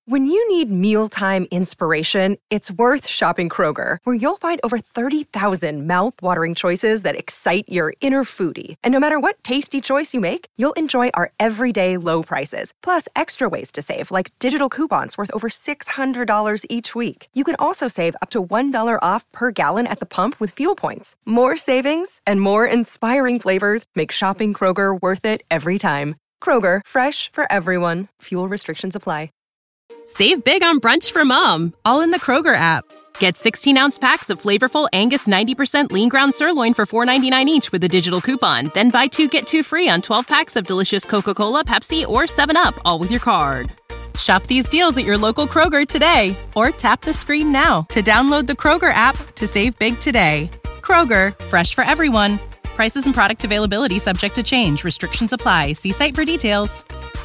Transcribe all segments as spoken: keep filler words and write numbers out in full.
When you need mealtime inspiration, it's worth shopping Kroger, where you'll find over thirty thousand mouth-watering choices that excite your inner foodie. And no matter what tasty choice you make, you'll enjoy our everyday low prices, plus extra ways to save, like digital coupons worth over six hundred dollars each week. You can also save up to one dollar off per gallon at the pump with fuel points. More savings and more inspiring flavors make shopping Kroger worth it every time. Kroger, fresh for everyone. Fuel restrictions apply. Save big on brunch for mom, all in the Kroger app. Get sixteen-ounce packs of flavorful Angus ninety percent lean ground sirloin for four ninety-nine each with a digital coupon. Then buy two, get two free on twelve packs of delicious Coca-Cola, Pepsi, or seven up, all with your card. Shop these deals at your local Kroger today, or tap the screen now to download the Kroger app to save big today. Kroger, fresh for everyone. Prices and product availability subject to change. Restrictions apply. See site for details.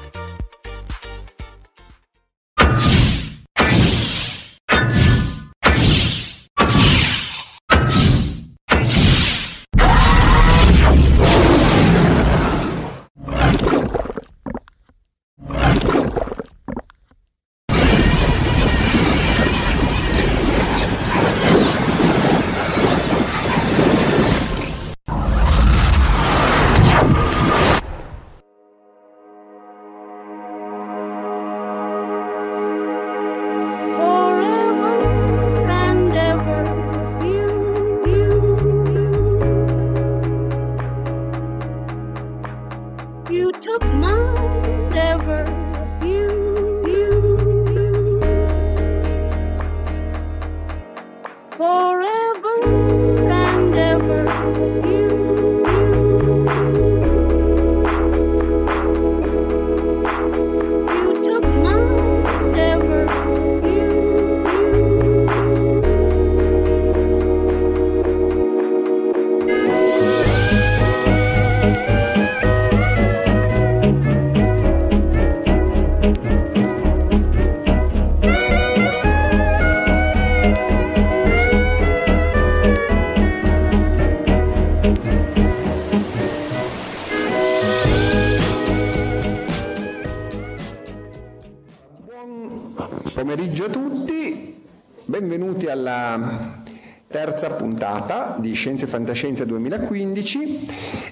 Pomeriggio a tutti, benvenuti alla terza puntata di Scienze e Fantascienza duemilaquindici,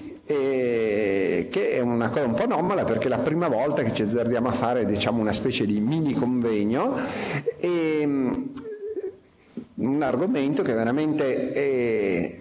eh, che è una cosa un po' anomala perché è la prima volta che ci azzardiamo a fare, diciamo, una specie di mini convegno e um, un argomento che veramente è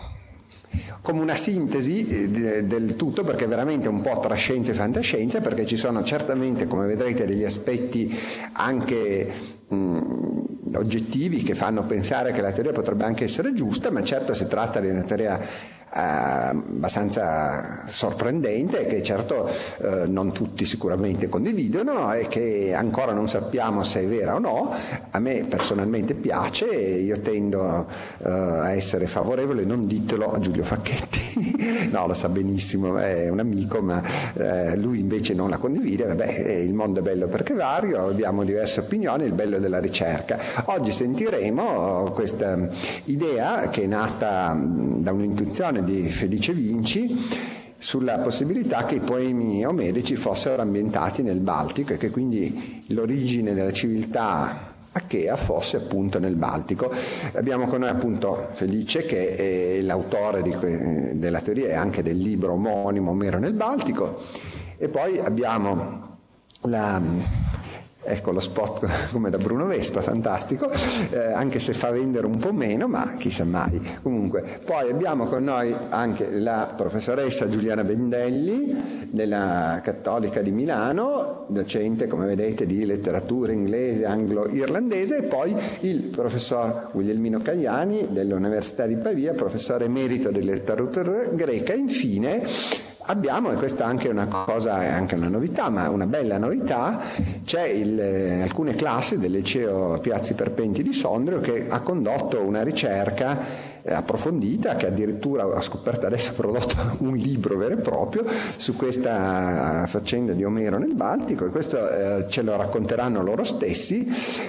come una sintesi del tutto, perché è veramente un po' tra scienza e fantascienza, perché ci sono certamente, come vedrete, degli aspetti anche mh, oggettivi che fanno pensare che la teoria potrebbe anche essere giusta, ma certo si tratta di una teoria eh, abbastanza sorprendente, che certo eh, non tutti sicuramente condividono e che ancora non sappiamo se è vera o no. A me personalmente piace e io tendo eh, a essere favorevole. Non ditelo a Giulio Facchetti no, lo sa benissimo, è un amico, ma eh, lui invece non la condivide. Vabbè, il mondo è bello perché è vario, abbiamo diverse opinioni, il bello della ricerca. Oggi sentiremo questa idea che è nata da un'intuizione di Felice Vinci sulla possibilità che i poemi omerici fossero ambientati nel Baltico e che quindi l'origine della civiltà Achea fosse appunto nel Baltico. Abbiamo con noi appunto Felice, che è l'autore di que- della teoria e anche del libro omonimo Omero nel Baltico, e poi abbiamo la... Ecco lo spot come da Bruno Vespa, fantastico, eh, anche se fa vendere un po' meno, ma chissà mai. Comunque, poi abbiamo con noi anche la professoressa Giuliana Bendelli della Cattolica di Milano, docente, come vedete, di letteratura inglese, anglo-irlandese, e poi il professor Guglielmino Cagliani dell'Università di Pavia, professore emerito di letteratura greca. E infine abbiamo, e questa è anche una cosa, è anche una novità, ma una bella novità, c'è il, eh, alcune classi del liceo Piazzi Perpenti di Sondrio che ha condotto una ricerca eh, approfondita, che addirittura ho scoperto adesso ha prodotto un libro vero e proprio su questa faccenda di Omero nel Baltico, e questo eh, ce lo racconteranno loro stessi.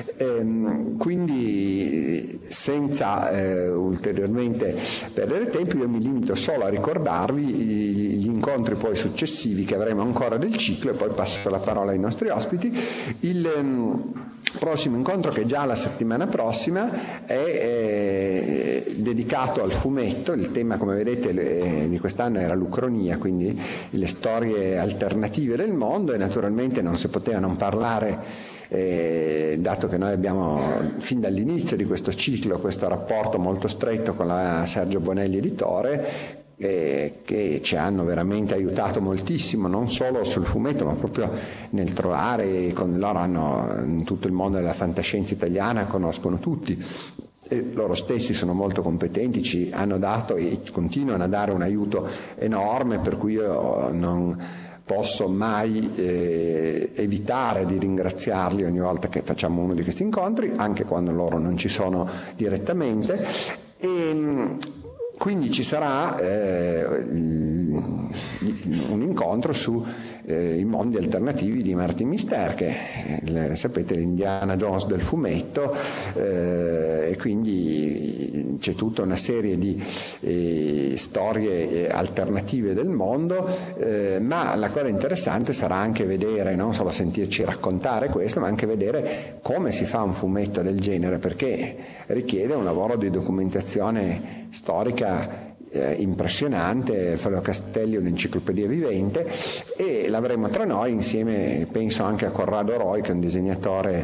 Ehm, quindi senza eh, ulteriormente perdere tempo, io mi limito solo a ricordarvi gli incontri poi successivi che avremo ancora del ciclo, e poi passo la parola ai nostri ospiti. Il, prossimo incontro, che già la settimana prossima è eh, dedicato al fumetto. Il tema, come vedete, le, di quest'anno era l'Ucronia, quindi le storie alternative del mondo, e naturalmente non si poteva non parlare, Eh, dato che noi abbiamo fin dall'inizio di questo ciclo questo rapporto molto stretto con la Sergio Bonelli Editore, eh, che ci hanno veramente aiutato moltissimo, non solo sul fumetto ma proprio nel trovare, con loro hanno in tutto il mondo della fantascienza italiana, conoscono tutti, e loro stessi sono molto competenti, ci hanno dato e continuano a dare un aiuto enorme, per cui io non posso mai eh, evitare di ringraziarli ogni volta che facciamo uno di questi incontri, anche quando loro non ci sono direttamente. E quindi ci sarà eh, un incontro su eh, i mondi alternativi di Martin Mister, che eh, sapete, l'Indiana Jones del fumetto, eh, e quindi c'è tutta una serie di eh, storie alternative del mondo, eh, ma la cosa interessante sarà anche vedere, non solo sentirci raccontare questo, ma anche vedere come si fa un fumetto del genere, perché richiede un lavoro di documentazione storica Eh, impressionante. Fabio Castelli è un'enciclopedia vivente, e l'avremo tra noi insieme, penso anche a Corrado Roy, che è un disegnatore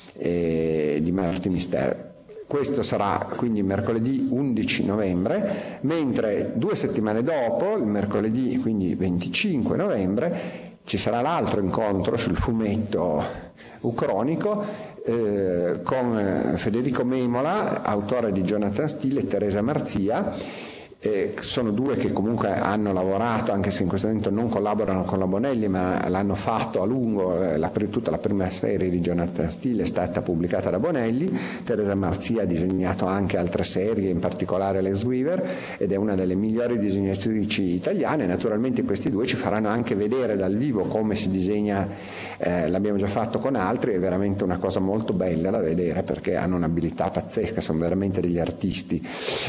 eh, di Martin Mister. Questo sarà quindi mercoledì undici novembre, mentre due settimane dopo, il mercoledì quindi venticinque novembre, ci sarà l'altro incontro sul fumetto ucronico eh, con Federico Memola, autore di Jonathan Steele, e Teresa Marzia. Eh, sono due che comunque hanno lavorato, anche se in questo momento non collaborano con la Bonelli, ma l'hanno fatto a lungo. Eh, la, tutta la prima serie di Jonathan Steele è stata pubblicata da Bonelli. Teresa Marzia ha disegnato anche altre serie, in particolare Lex Weaver, ed è una delle migliori disegnatrici italiane. Naturalmente questi due ci faranno anche vedere dal vivo come si disegna, eh, l'abbiamo già fatto con altri, è veramente una cosa molto bella da vedere, perché hanno un'abilità pazzesca, sono veramente degli artisti.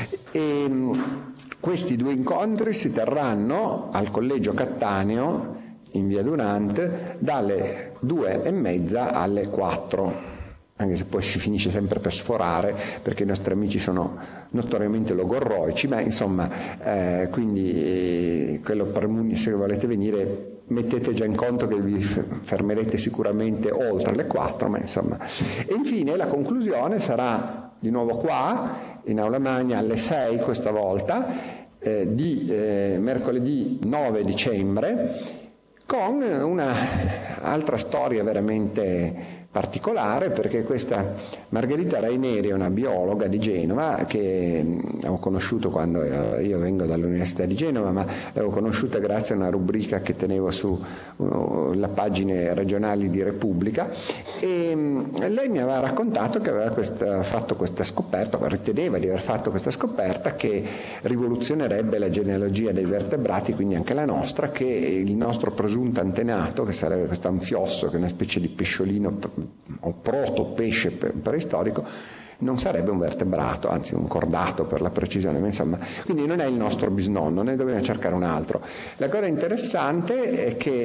E, questi due incontri si terranno al Collegio Cattaneo in via Dunant dalle due e mezza alle quattro, anche se poi si finisce sempre per sforare, perché i nostri amici sono notoriamente logorroici, ma insomma, eh, quindi eh, quello per, se volete venire, mettete già in conto che vi fermerete sicuramente oltre le quattro, ma insomma. E infine la conclusione sarà di nuovo qua in Aula Magna alle sei questa volta, eh, di eh, mercoledì nove dicembre, con una altra storia veramente particolare, perché questa Margherita Raineri è una biologa di Genova che ho conosciuto quando io vengo dall'Università di Genova, ma l'avevo conosciuta grazie a una rubrica che tenevo sulle pagine regionali di Repubblica, e lei mi aveva raccontato che aveva questa, fatto questa scoperta, riteneva di aver fatto questa scoperta che rivoluzionerebbe la genealogia dei vertebrati, quindi anche la nostra, che il nostro presunto antenato, che sarebbe questo anfiosso, che è una specie di pesciolino o proto pesce preistorico, non sarebbe un vertebrato, anzi un cordato per la precisione, ma insomma, quindi non è il nostro bisnonno, noi dobbiamo cercare un altro. La cosa interessante è che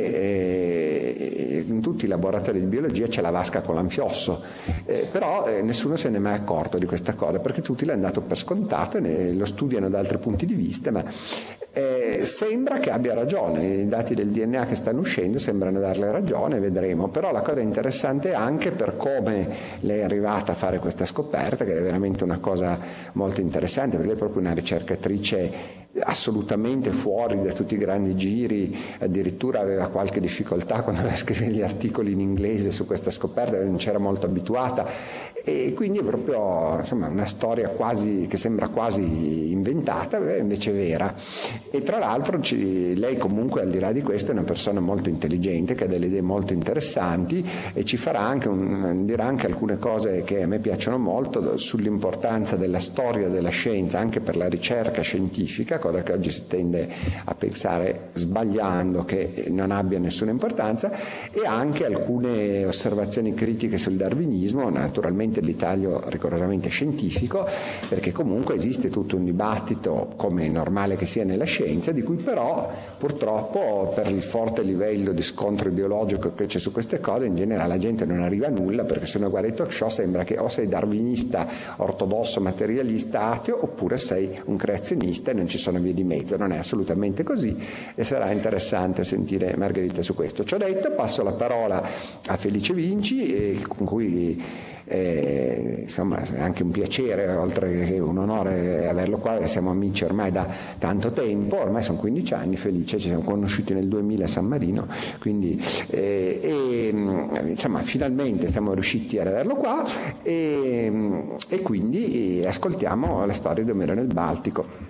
eh, in tutti i laboratori di biologia c'è la vasca con l'anfiosso, eh, però eh, nessuno se ne è mai accorto di questa cosa, perché tutti l'hanno dato per scontato e ne, lo studiano da altri punti di vista, ma eh, sembra che abbia ragione, i dati del D N A che stanno uscendo sembrano darle ragione, vedremo. Però la cosa interessante è anche per come lei è arrivata a fare questa scoperta, che è veramente una cosa molto interessante, perché lei è proprio una ricercatrice assolutamente fuori da tutti i grandi giri, addirittura aveva qualche difficoltà quando doveva scrivere gli articoli in inglese su questa scoperta, non c'era molto abituata, e quindi è proprio, insomma, una storia quasi che sembra quasi inventata, invece vera. E tra l'altro ci, lei comunque, al di là di questo, è una persona molto intelligente, che ha delle idee molto interessanti, e ci farà anche un, dirà anche alcune cose che a me piacciono molto sull'importanza della storia della scienza anche per la ricerca scientifica, cosa che oggi si tende a pensare sbagliando che non abbia nessuna importanza, e anche alcune osservazioni critiche sul darwinismo, naturalmente di taglio rigorosamente scientifico, perché comunque esiste tutto un dibattito, come è normale che sia nella scienza, di cui però purtroppo per il forte livello di scontro ideologico che c'è su queste cose in generale la gente non arriva a nulla, perché se uno guarda i talk show sembra che o sei darwinista, ortodosso, materialista, ateo, oppure sei un creazionista e non ci sono vie di mezzo. Non è assolutamente così, e sarà interessante sentire Margherita su questo. Ciò detto, passo la parola a Felice Vinci, eh, con cui eh, insomma è anche un piacere oltre che un onore averlo qua, siamo amici ormai da tanto tempo, ormai sono quindici anni. Felice, ci siamo conosciuti nel duemila a San Marino, quindi eh, e, insomma finalmente siamo riusciti ad averlo qua, e, e quindi ascoltiamo la storia di Omero nel Baltico.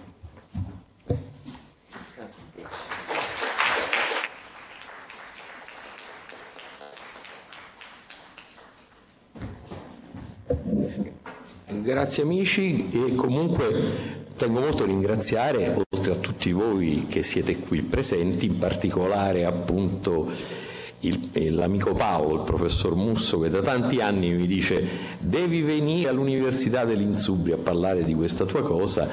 Grazie amici, e comunque tengo molto a ringraziare, oltre a tutti voi che siete qui presenti, in particolare appunto il, l'amico Paolo, il professor Musso, che da tanti anni mi dice devi venire all'Università dell'Insubria a parlare di questa tua cosa,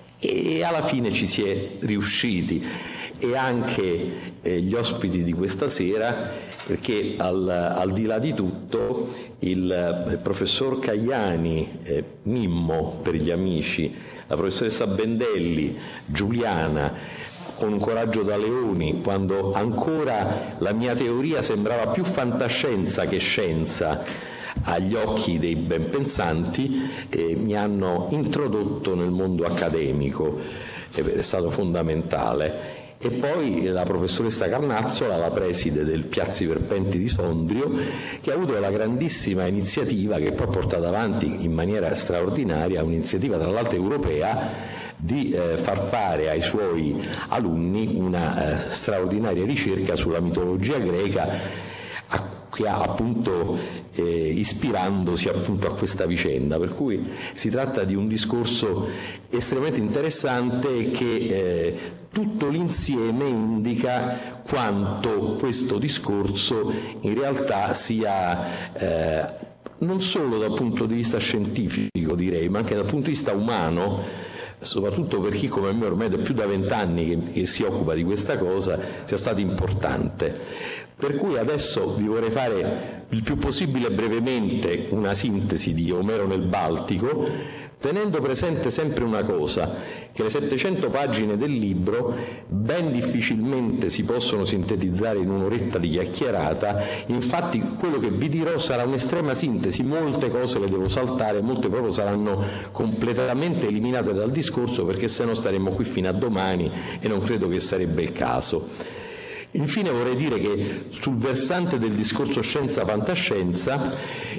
e alla fine ci si è riusciti, e anche eh, gli ospiti di questa sera, perché al, al di là di tutto il, il professor Cagliani, eh, Mimmo per gli amici, la professoressa Bendelli, Giuliana, con un coraggio da leoni, quando ancora la mia teoria sembrava più fantascienza che scienza agli occhi dei ben pensanti, eh, mi hanno introdotto nel mondo accademico, è stato fondamentale. E poi la professoressa Carnazzola, la preside del Piazzi Verpenti di Sondrio, che ha avuto la grandissima iniziativa, che poi ha portato avanti in maniera straordinaria, un'iniziativa tra l'altro europea, di eh, far fare ai suoi alunni una eh, straordinaria ricerca sulla mitologia greca, a che ha appunto eh, ispirandosi appunto a questa vicenda, per cui si tratta di un discorso estremamente interessante che eh, tutto l'insieme indica quanto questo discorso in realtà sia eh, non solo dal punto di vista scientifico, direi, ma anche dal punto di vista umano, soprattutto per chi come me ormai da più da vent'anni che, che si occupa di questa cosa, sia stato importante. Per cui adesso vi vorrei fare il più possibile brevemente una sintesi di Omero nel Baltico, tenendo presente sempre una cosa, che le settecento pagine del libro ben difficilmente si possono sintetizzare in un'oretta di chiacchierata. Infatti quello che vi dirò sarà un'estrema sintesi, molte cose le devo saltare, molte proprio saranno completamente eliminate dal discorso, perché se no staremmo qui fino a domani e non credo che sarebbe il caso. Infine vorrei dire che sul versante del discorso scienza-fantascienza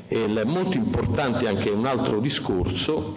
è molto importante anche un altro discorso,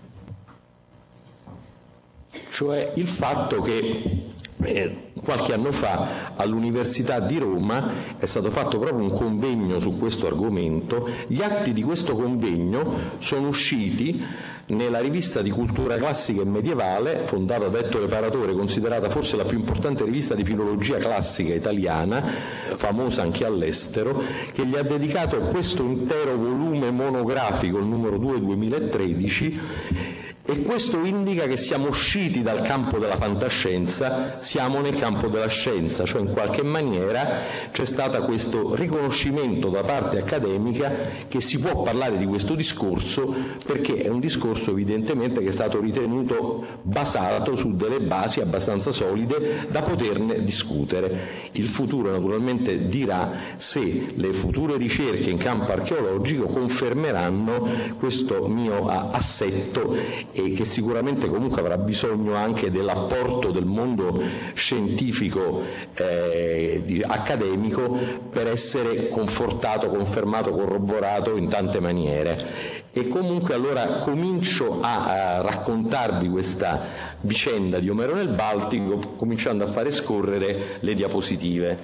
cioè il fatto che eh, qualche anno fa all'Università di Roma è stato fatto proprio un convegno su questo argomento. Gli atti di questo convegno sono usciti nella rivista di cultura classica e medievale, fondata da Ettore Paratore, considerata forse la più importante rivista di filologia classica italiana, famosa anche all'estero, che gli ha dedicato questo intero volume monografico, il numero due duemilatredici, e questo indica che siamo usciti dal campo della fantascienza, siamo nel campo della scienza, cioè in qualche maniera c'è stato questo riconoscimento da parte accademica che si può parlare di questo discorso, perché è un discorso evidentemente che è stato ritenuto basato su delle basi abbastanza solide da poterne discutere. Il futuro naturalmente dirà se le future ricerche in campo archeologico confermeranno questo mio assetto, e che sicuramente comunque avrà bisogno anche dell'apporto del mondo scientifico eh, di, accademico per essere confortato, confermato, corroborato in tante maniere. E comunque allora comincio a, a raccontarvi questa vicenda di Omero nel Baltico, cominciando a fare scorrere le diapositive.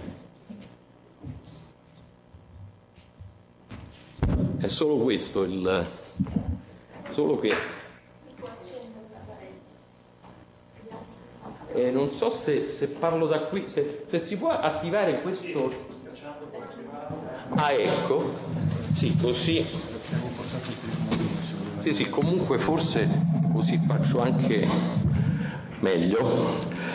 È solo questo il solo che eh, non so se, se parlo da qui, se, se si può attivare questo. Ah, ecco, sì, così. Sì, sì, comunque forse così faccio anche meglio.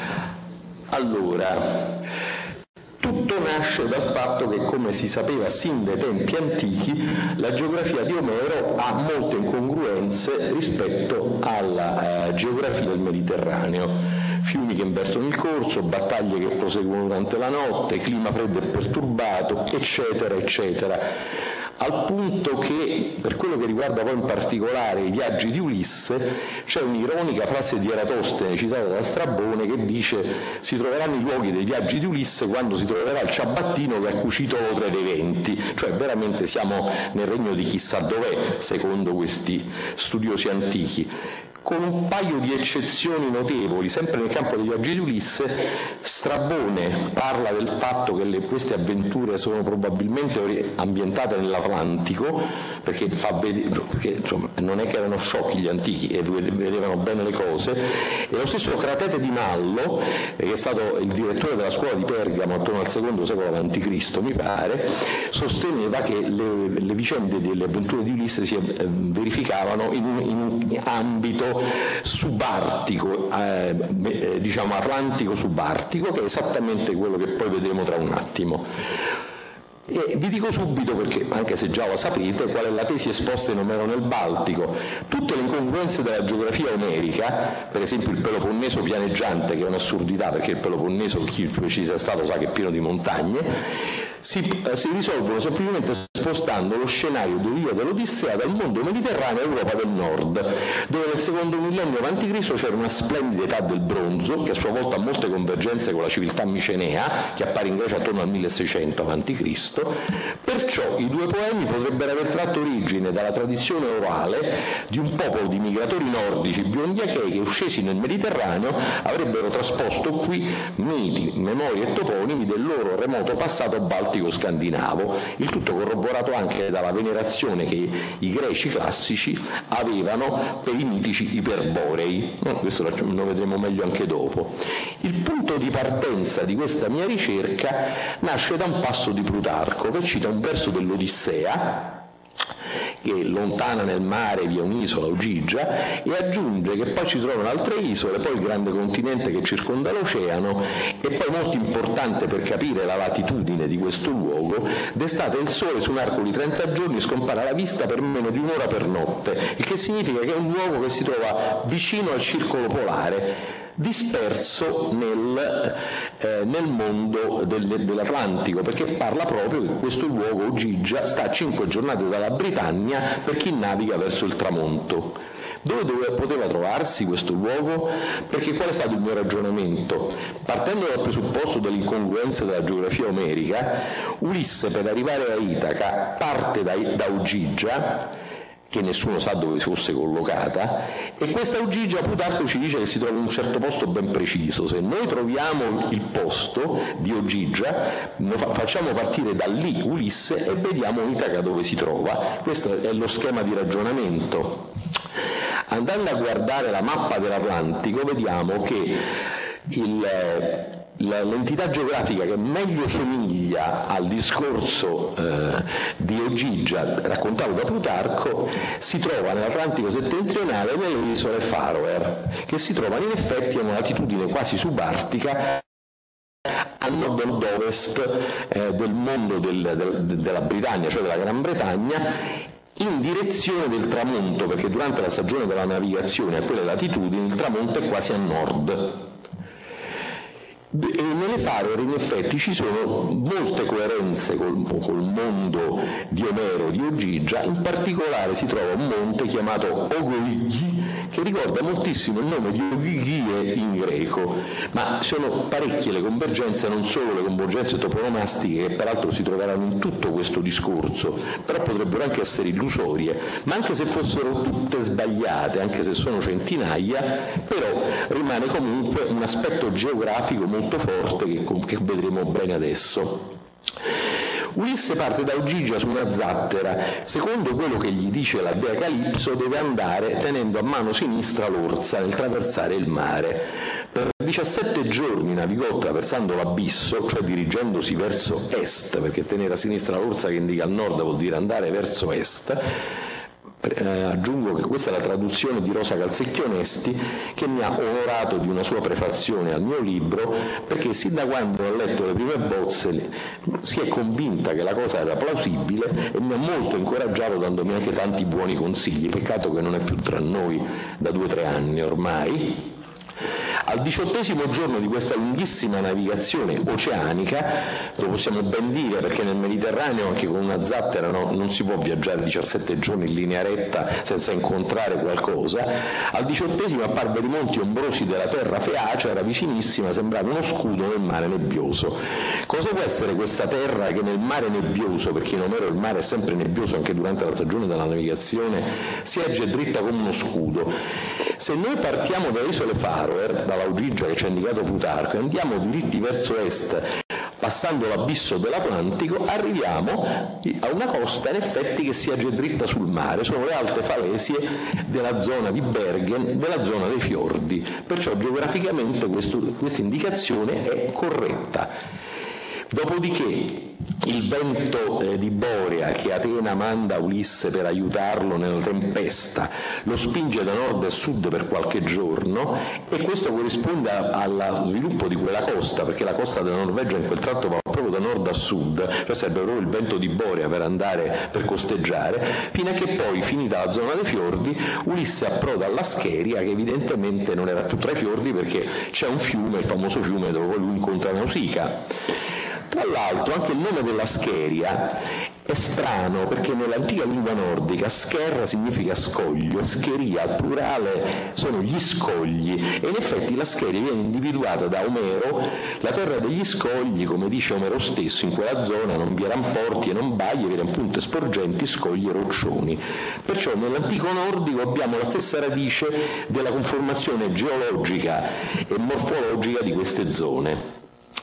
Allora, tutto nasce dal fatto che, come si sapeva sin dai tempi antichi, la geografia di Omero ha molte incongruenze rispetto alla eh, geografia del Mediterraneo. Fiumi che invertono il corso, battaglie che proseguono durante la notte, clima freddo e perturbato, eccetera, eccetera. Al punto che, per quello che riguarda poi in particolare i viaggi di Ulisse, c'è un'ironica frase di Eratostene citata da Strabone che dice: si troveranno i luoghi dei viaggi di Ulisse quando si troverà il ciabattino che ha cucito l'otre dei venti. Cioè veramente siamo nel regno di chissà dov'è, secondo questi studiosi antichi. Con un paio di eccezioni notevoli, sempre nel campo dei viaggi di Ulisse, Strabone parla del fatto che le, queste avventure sono probabilmente ambientate nell'Atlantico, perché, fa vedere, perché insomma, non è che erano sciocchi gli antichi e vedevano bene le cose, e lo stesso Cratete di Mallo, che è stato il direttore della scuola di Pergamo attorno al secondo secolo avanti Cristo, mi pare, sosteneva che le, le vicende delle avventure di Ulisse si verificavano in, in ambito subartico, eh, diciamo atlantico subartico, che è esattamente quello che poi vedremo tra un attimo. E vi dico subito, perché anche se già lo sapete, qual è la tesi esposta in Omero nel Baltico. Tutte le incongruenze della geografia omerica, per esempio il Peloponneso pianeggiante, che è un'assurdità perché il Peloponneso, chi ci sia stato sa che è pieno di montagne, si, eh, si risolvono semplicemente spostando lo scenario dell'Ilia dell'Odissea dal mondo mediterraneo all'Europa del Nord, dove nel secondo millennio avanti Cristo c'era una splendida età del bronzo, che a sua volta ha molte convergenze con la civiltà micenea, che appare in Grecia attorno al milleseicento avanti Cristo. Perciò i due poemi potrebbero aver tratto origine dalla tradizione orale di un popolo di migratori nordici biondi achei che, uscesi nel Mediterraneo, avrebbero trasposto qui miti, memorie e toponimi del loro remoto passato baltico-scandinavo, il tutto corroborato anche dalla venerazione che i greci classici avevano per i mitici iperborei. No, questo lo vedremo meglio anche dopo. Il punto di partenza di questa mia ricerca nasce da un passo di Plutarco, che cita un verso dell'Odissea, che lontana nel mare vi è un'isola, Ogygia, e aggiunge che poi ci trovano altre isole, poi il grande continente che circonda l'oceano, e poi molto importante per capire la latitudine di questo luogo, d'estate il sole su un arco di trenta giorni scompare alla vista per meno di un'ora per notte, il che significa che è un luogo che si trova vicino al circolo polare, disperso nel, eh, nel mondo del, dell'Atlantico, perché parla proprio che questo luogo, Ogygia, sta a cinque giornate dalla Britannia per chi naviga verso il tramonto. Dove, dove poteva trovarsi questo luogo? Perché qual è stato il mio ragionamento? Partendo dal presupposto dell'incongruenza della geografia omerica, Ulisse per arrivare a Itaca parte da, da Ogygia, che nessuno sa dove si fosse collocata, e questa Ogygia Plutarco ci dice che si trova in un certo posto ben preciso. Se noi troviamo il posto di Ogygia, facciamo partire da lì Ulisse e vediamo Itaca dove si trova. Questo è lo schema di ragionamento. Andando a guardare la mappa dell'Atlantico, vediamo che il l'entità geografica che meglio somiglia al discorso eh, di Ogygia raccontato da Plutarco si trova nell'Atlantico settentrionale, nelle isole Faroe, che si trovano in effetti a una latitudine quasi subartica a nord-ovest eh, del mondo del, del, della Britannia, cioè della Gran Bretagna, in direzione del tramonto, perché durante la stagione della navigazione a quelle latitudini il tramonto è quasi a nord. E nelle Faroe in effetti ci sono molte coerenze col, col mondo di Omero, di Ogygia. In particolare si trova un monte chiamato Ogorigi, che ricorda moltissimo il nome di Ogygie in greco, ma sono parecchie le convergenze, non solo le convergenze toponomastiche, che peraltro si troveranno in tutto questo discorso, però potrebbero anche essere illusorie, ma anche se fossero tutte sbagliate, anche se sono centinaia, però rimane comunque un aspetto geografico molto forte che, che vedremo bene adesso. Ulisse parte da Ogygia su una zattera. Secondo quello che gli dice la dea Calipso, deve andare tenendo a mano sinistra l'orsa nel traversare il mare. Per diciassette giorni navigò attraversando l'abisso, cioè dirigendosi verso est, perché tenere a sinistra l'orsa che indica il nord vuol dire andare verso est. Eh, aggiungo che questa è la traduzione di Rosa Calzecchionesti, che mi ha onorato di una sua prefazione al mio libro, perché sin da quando ho letto le prime bozze si è convinta che la cosa era plausibile e mi ha molto incoraggiato, dandomi anche tanti buoni consigli. Peccato che non è più tra noi da due o tre anni ormai. Al diciottesimo giorno di questa lunghissima navigazione oceanica, lo possiamo ben dire perché nel Mediterraneo anche con una zattera no, non si può viaggiare diciassette giorni in linea retta senza incontrare qualcosa, al diciottesimo apparve i monti ombrosi della terra feacea, era vicinissima, sembrava uno scudo nel mare nebbioso. Cosa può essere questa terra che nel mare nebbioso, perché in Omero il mare è sempre nebbioso anche durante la stagione della navigazione, si erge dritta come uno scudo? Se noi partiamo dalle isole Faroe, dalla Ugigia che ci ha indicato Plutarco, e andiamo diritti verso est, passando l'abisso dell'Atlantico, arriviamo a una costa in effetti che si erge dritta sul mare, sono le alte falesie della zona di Bergen, della zona dei fiordi, perciò geograficamente questa indicazione è corretta. Dopodiché il vento eh, di Borea che Atena manda a Ulisse per aiutarlo nella tempesta lo spinge da nord e sud per qualche giorno, e questo corrisponde allo sviluppo di quella costa, perché la costa della Norvegia in quel tratto va proprio da nord a sud, cioè serve proprio il vento di Borea per andare, per costeggiare, fino a che poi, finita la zona dei fiordi, Ulisse approda alla Scheria, che evidentemente non era più tra i fiordi perché c'è un fiume, il famoso fiume dove poi lui incontra Nausicaa. Tra l'altro anche il nome della Scheria è strano, perché nell'antica lingua nordica scherra significa scoglio, scheria al plurale sono gli scogli, e in effetti la Scheria viene individuata da Omero, la terra degli scogli, come dice Omero stesso, in quella zona non vi erano porti e non bagli, vi erano punte sporgenti, scogli e roccioni. Perciò nell'antico nordico abbiamo la stessa radice della conformazione geologica e morfologica di queste zone.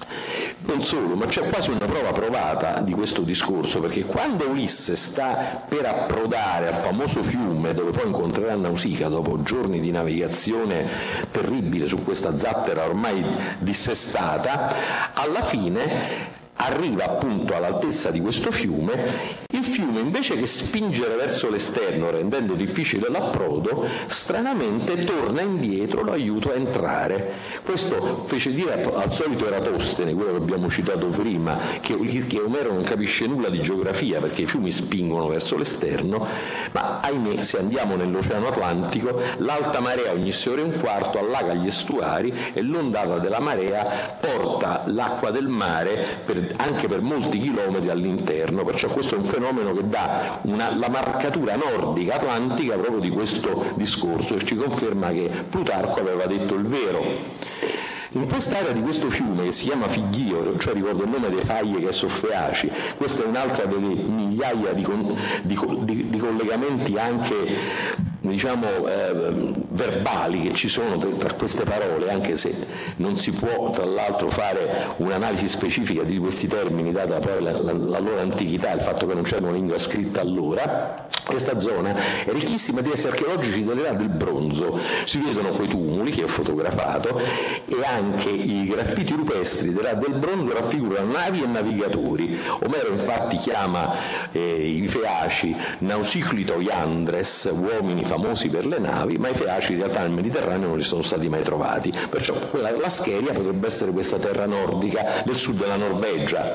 Non solo, ma c'è quasi una prova provata di questo discorso, perché quando Ulisse sta per approdare al famoso fiume dove poi incontrerà Nausicaa dopo giorni di navigazione terribile su questa zattera ormai dissestata, alla fine arriva appunto all'altezza di questo fiume, il fiume invece che spingere verso l'esterno rendendo difficile l'approdo, stranamente torna indietro, lo aiuta a entrare. Questo fece dire al solito Eratostene, quello che abbiamo citato prima, che, che Omero non capisce nulla di geografia perché i fiumi spingono verso l'esterno, ma ahimè se andiamo nell'Oceano Atlantico l'alta marea ogni sei ore e un quarto allaga gli estuari e l'ondata della marea porta l'acqua del mare per anche per molti chilometri all'interno, perciò questo è un fenomeno che dà una, la marcatura nordica atlantica proprio di questo discorso, e ci conferma che Plutarco aveva detto il vero. In quest'area di questo fiume, che si chiama Fighio, cioè ricordo il nome dei faglie che è Soffeaci, questa è un'altra delle migliaia di, con, di, di, di collegamenti anche diciamo eh, verbali che ci sono tra queste parole, anche se non si può tra l'altro fare un'analisi specifica di questi termini data poi la, la, la loro antichità, il fatto che non c'era una lingua scritta allora. Questa zona è ricchissima di resti archeologici dell'età del bronzo, si vedono quei tumuli che ho fotografato e anche i graffiti rupestri dell'età del bronzo raffigurano navi e navigatori. Omero infatti chiama eh, i Feaci Nausiclito Iandres, uomini famosi per le navi, ma i Feaci in realtà nel Mediterraneo non li sono stati mai trovati, perciò quella, la Scheria potrebbe essere questa terra nordica del sud della Norvegia,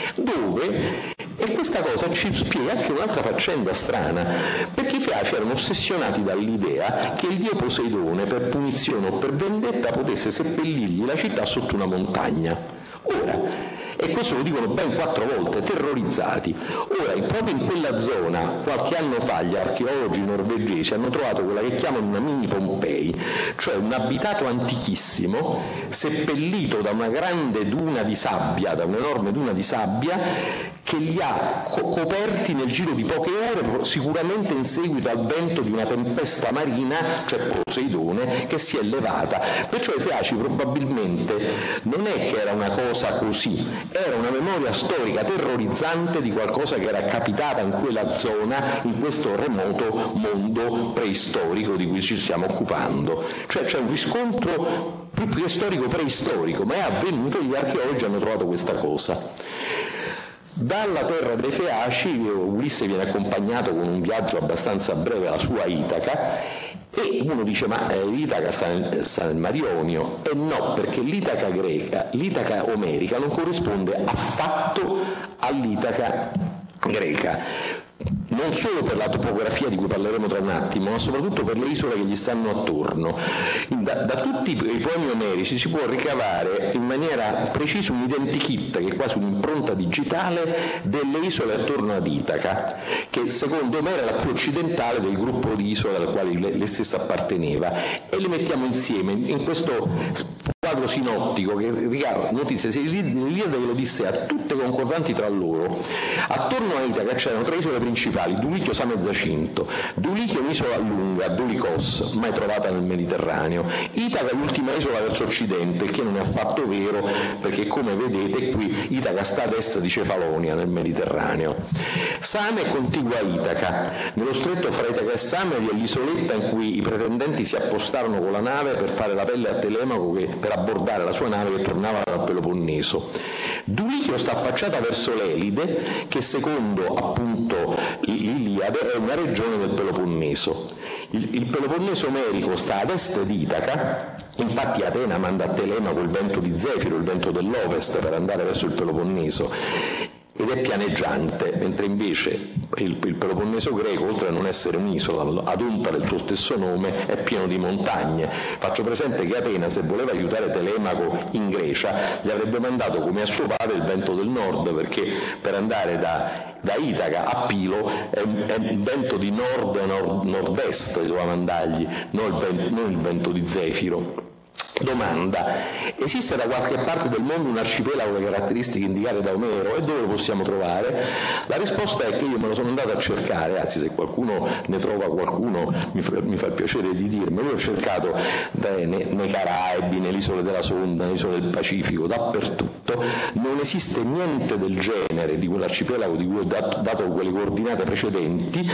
dove, e questa cosa ci spiega anche un'altra faccenda strana, perché i Feaci erano ossessionati dall'idea che il dio Poseidone per punizione o per vendetta potesse seppellirgli la città sotto una montagna. Ora, e questo lo dicono ben quattro volte, terrorizzati. Ora, proprio in quella zona, qualche anno fa, gli archeologi norvegesi hanno trovato quella che chiamano una mini Pompei, cioè un abitato antichissimo, seppellito da una grande duna di sabbia, da un'enorme duna di sabbia, che li ha co- coperti nel giro di poche ore, sicuramente in seguito al vento di una tempesta marina, cioè Poseidone, che si è levata. Perciò i Feaci probabilmente non è che era una cosa così, era una memoria storica terrorizzante di qualcosa che era capitata in quella zona, in questo remoto mondo preistorico di cui ci stiamo occupando. Cioè c'è un riscontro più che storico preistorico, ma è avvenuto e gli archeologi hanno trovato questa cosa. Dalla terra dei Feaci Ulisse viene accompagnato con un viaggio abbastanza breve alla sua Itaca, e uno dice ma eh, l'Itaca sta nel, sta nel Mar Ionio, e no, perché l'Itaca greca, l'Itaca omerica non corrisponde affatto all'Itaca greca, non solo per la topografia di cui parleremo tra un attimo, ma soprattutto per le isole che gli stanno attorno. Da, da tutti i poemi omerici si può ricavare in maniera precisa un identikit, che è quasi un'impronta digitale delle isole attorno ad Itaca, che secondo me era la più occidentale del gruppo di isole al quale lei stessa apparteneva, e le mettiamo insieme in questo quadro sinottico che ricava notizie nell'Iliade e l'Odissea, tutte concordanti tra loro. Attorno a Itaca c'erano tre isole principali: Dulichio, Same e Zacinto. Dulichio è un'isola lunga, Dulikos, mai trovata nel Mediterraneo. Itaca è l'ultima isola verso occidente, che non è affatto vero, perché come vedete qui Itaca sta ad est di Cefalonia nel Mediterraneo. Same è contigua a Itaca. Nello stretto fra Itaca e Same vi è l'isoletta in cui i pretendenti si appostarono con la nave per fare la pelle a Telemaco, che per abbordare la sua nave che tornava dal Peloponneso. Dulichio sta affacciata verso l'Elide, che secondo appunto l'Iliade è una regione del Peloponneso. Il, il Peloponneso omerico sta ad est di Itaca, infatti Atena manda a Telemaco il vento di Zefiro, il vento dell'Ovest, per andare verso il Peloponneso, ed è pianeggiante, mentre invece il, il Peloponneso greco, oltre a non essere un'isola, Adonta del suo stesso nome, è pieno di montagne. Faccio presente che Atena, se voleva aiutare Telemaco in Grecia, gli avrebbe mandato come a suo padre il vento del nord, perché per andare da, da Itaca a Pilo è, è un vento di nord nord nord-est che doveva mandargli, non il, vento, non il vento di Zefiro. Domanda: esiste da qualche parte del mondo un arcipelago con le caratteristiche indicate da Omero, e dove lo possiamo trovare? La risposta è che io me lo sono andato a cercare, anzi se qualcuno ne trova qualcuno mi fa, mi fa il piacere di dirmelo. Io ho cercato nei, nei Caraibi, nelle isole della Sonda, nelle isole del Pacifico, dappertutto. Non esiste niente del genere di quell'arcipelago di cui ho dato, dato quelle coordinate precedenti,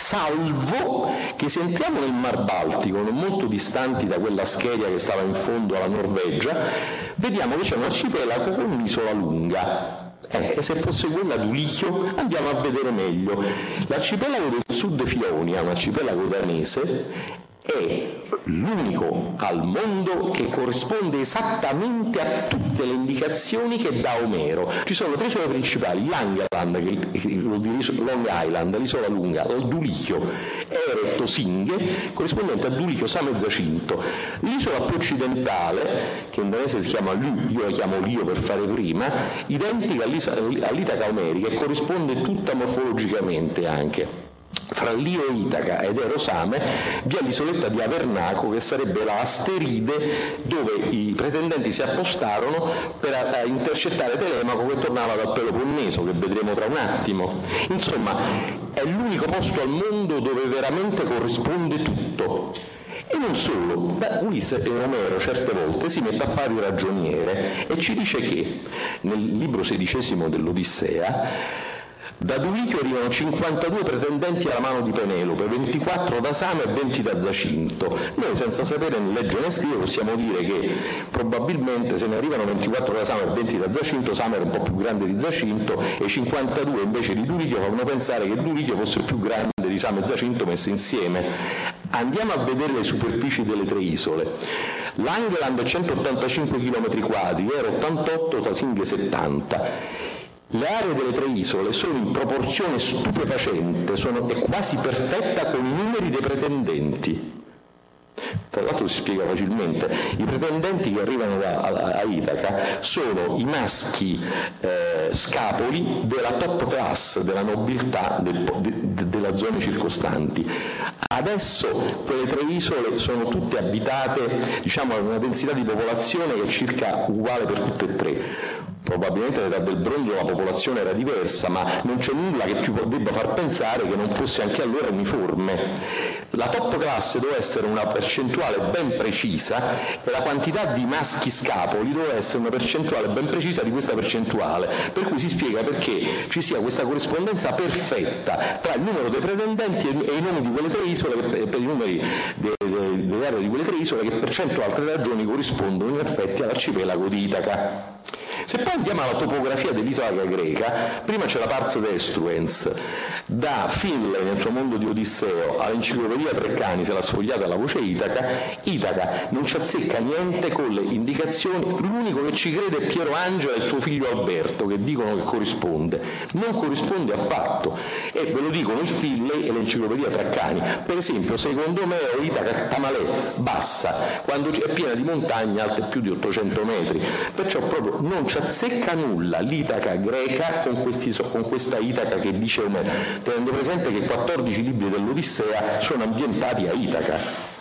salvo che se entriamo nel Mar Baltico, non molto distanti da quella schedia che stava in fondo alla Norvegia, vediamo che c'è un arcipelago con un'isola lunga. Eh, e se fosse quella Dulichio andiamo a vedere meglio. L'arcipelago del Sud Fionia, un arcipelago danese, è l'unico al mondo che corrisponde esattamente a tutte le indicazioni che dà Omero. Ci sono tre isole principali: Langeland, che vuol dire Long Island, l'isola lunga, Dulichio, Ere, Tosinghe, corrispondente a Dulichio, Same e Zacinto. L'isola più occidentale, che in danese si chiama Lu, io la chiamo Lio per fare prima, identica all'Itaca omerica e corrisponde tutta morfologicamente anche. Fra Lio e Itaca ed Erosame vi è l'isoletta di Avernaco, che sarebbe la asteride dove i pretendenti si appostarono per intercettare Telemaco che tornava dal Peloponneso, che vedremo tra un attimo. Insomma, è l'unico posto al mondo dove veramente corrisponde tutto. E non solo, beh, Ulisse e Omero certe volte si mette a fare il ragioniere e ci dice che nel libro sedicesimo dell'Odissea da Dulichio arrivano cinquantadue pretendenti alla mano di Penelope, ventiquattro da Same e venti da Zacinto. Noi, senza sapere né leggere né scrivere, possiamo dire che probabilmente se ne arrivano ventiquattro da Same e venti da Zacinto, Same era un po' più grande di Zacinto, e cinquantadue invece di Dulichio fanno pensare che Dulichio fosse più grande di Same e Zacinto messi insieme. Andiamo a vedere le superfici delle tre isole. Langeland è centottantacinque chilometri quadri, Ero ottantotto, Tasinghe settanta. Le aree delle tre isole sono in proporzione stupefacente, sono, è quasi perfetta con i numeri dei pretendenti. Tra l'altro si spiega facilmente: i pretendenti che arrivano da, a, a Itaca sono i maschi eh, scapoli della top class, della nobiltà del, de, de, della zone circostanti. Adesso quelle tre isole sono tutte abitate, diciamo, a una densità di popolazione che è circa uguale per tutte e tre. Probabilmente all'età del bronzo la popolazione era diversa, ma non c'è nulla che più debba far pensare che non fosse anche allora uniforme. La top class deve essere una percentuale ben precisa e la quantità di maschi scapoli doveva essere una percentuale ben precisa di questa percentuale, per cui si spiega perché ci sia questa corrispondenza perfetta tra il numero dei pretendenti e i nomi di quelle tre isole, che, per i numeri delle aree di quelle tre isole, che per cento altre ragioni corrispondono in effetti all'arcipelago di Itaca. Se poi andiamo alla topografia dell'isola greca, prima c'è la Pars Destruens, da Finlay nel suo mondo di Odisseo all'enciclopedia Treccani, se la sfogliata alla voce Itaca, Itaca non ci azzecca niente con le indicazioni, l'unico che ci crede è Piero Angela e il suo figlio Alberto, che dicono che corrisponde, non corrisponde affatto, e ve lo dicono il Finlay e l'enciclopedia Treccani. Per esempio, secondo me Itaca Tamalè, bassa, quando è piena di montagne alte più di ottocento metri, perciò proprio non ci azzecca nulla l'Itaca greca con, questi, con questa Itaca che dice Omero, tenendo presente che quattordici libri dell'Odissea sono ambientati a Itaca.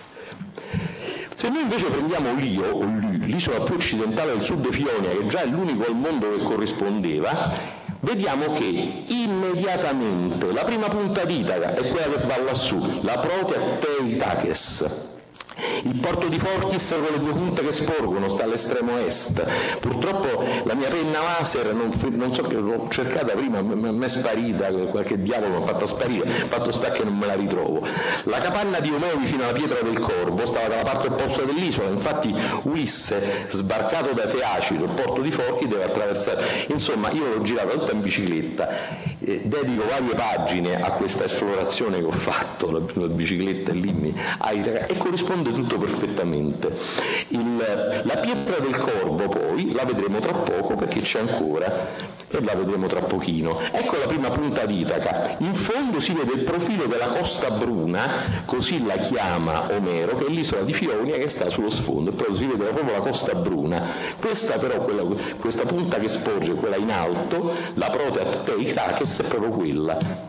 Se noi invece prendiamo Lio, o Lü, l'isola più occidentale del sud Fionia, che già è l'unico al mondo che corrispondeva, vediamo che immediatamente la prima punta di Itaca è quella che va lassù, la Protea Teitaches. Il porto di Forchis con le due punte che sporgono sta all'estremo est. Purtroppo la mia penna laser, non, non so che l'ho cercata prima, mi è sparita, qualche diavolo mi ha fatta sparire, fatto sta che non me la ritrovo. La capanna di Omeo vicino alla pietra del Corvo stava dalla parte opposta dell'isola, infatti Ulisse, sbarcato da Feacido, il porto di Forchi, deve attraversare. Insomma, io l'ho girata tutta in bicicletta, eh, dedico varie pagine a questa esplorazione che ho fatto, la, la bicicletta e l'Inni a Itaca, e corrisponde tutto perfettamente. Il, la pietra del Corvo poi la vedremo tra poco, perché c'è ancora, e la vedremo tra pochino. Ecco la prima punta di Itaca. In fondo si vede il profilo della Costa Bruna, così la chiama Omero, che è l'isola di Fionia che sta sullo sfondo, e poi si vede proprio la Costa Bruna. Questa però, quella, questa punta che sporge, quella in alto, la Protea Teitaches, è proprio quella.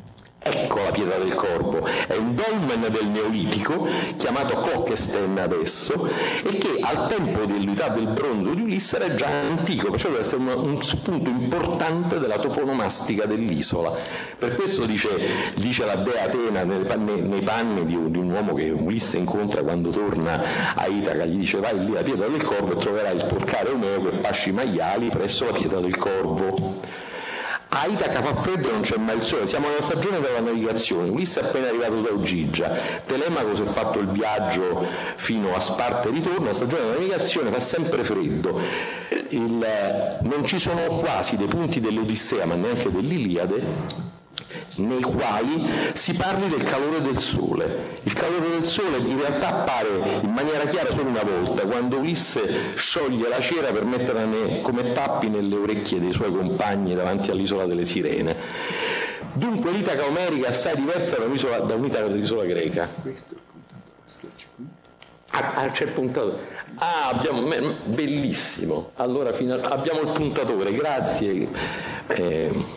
Ecco la pietra del Corvo, è un dolmen del Neolitico, chiamato Klockestein adesso, e che al tempo dell'età del bronzo di Ulisse era già antico, perciò deve essere un, un punto importante della toponomastica dell'isola. Per questo dice, dice la dea Atena nei panni, nei panni di, un, di un uomo che Ulisse incontra quando torna a Itaca, gli dice: vai lì alla pietra del Corvo e troverai il porcare Omeo che pasce i maiali presso la pietra del Corvo. A Itaca fa freddo e non c'è mai il sole, siamo nella stagione della navigazione, Ulisse è appena arrivato da Ugigia, Telemaco si è fatto il viaggio fino a Sparta e ritorno, la stagione della navigazione fa sempre freddo. Il, non ci sono quasi dei punti dell'Odissea, ma neanche dell'Iliade, nei quali si parli del calore del sole. Il calore del sole in realtà appare in maniera chiara solo una volta, quando Ulisse scioglie la cera per metterla ne, come tappi nelle orecchie dei suoi compagni davanti all'isola delle Sirene. Dunque l'Itaca omerica è assai diversa da un'isola, da un'Itaca dell'isola greca. Questo ah, ah, c'è il puntatore. Ah, abbiamo, bellissimo. Allora fino a, abbiamo il puntatore, grazie. Eh,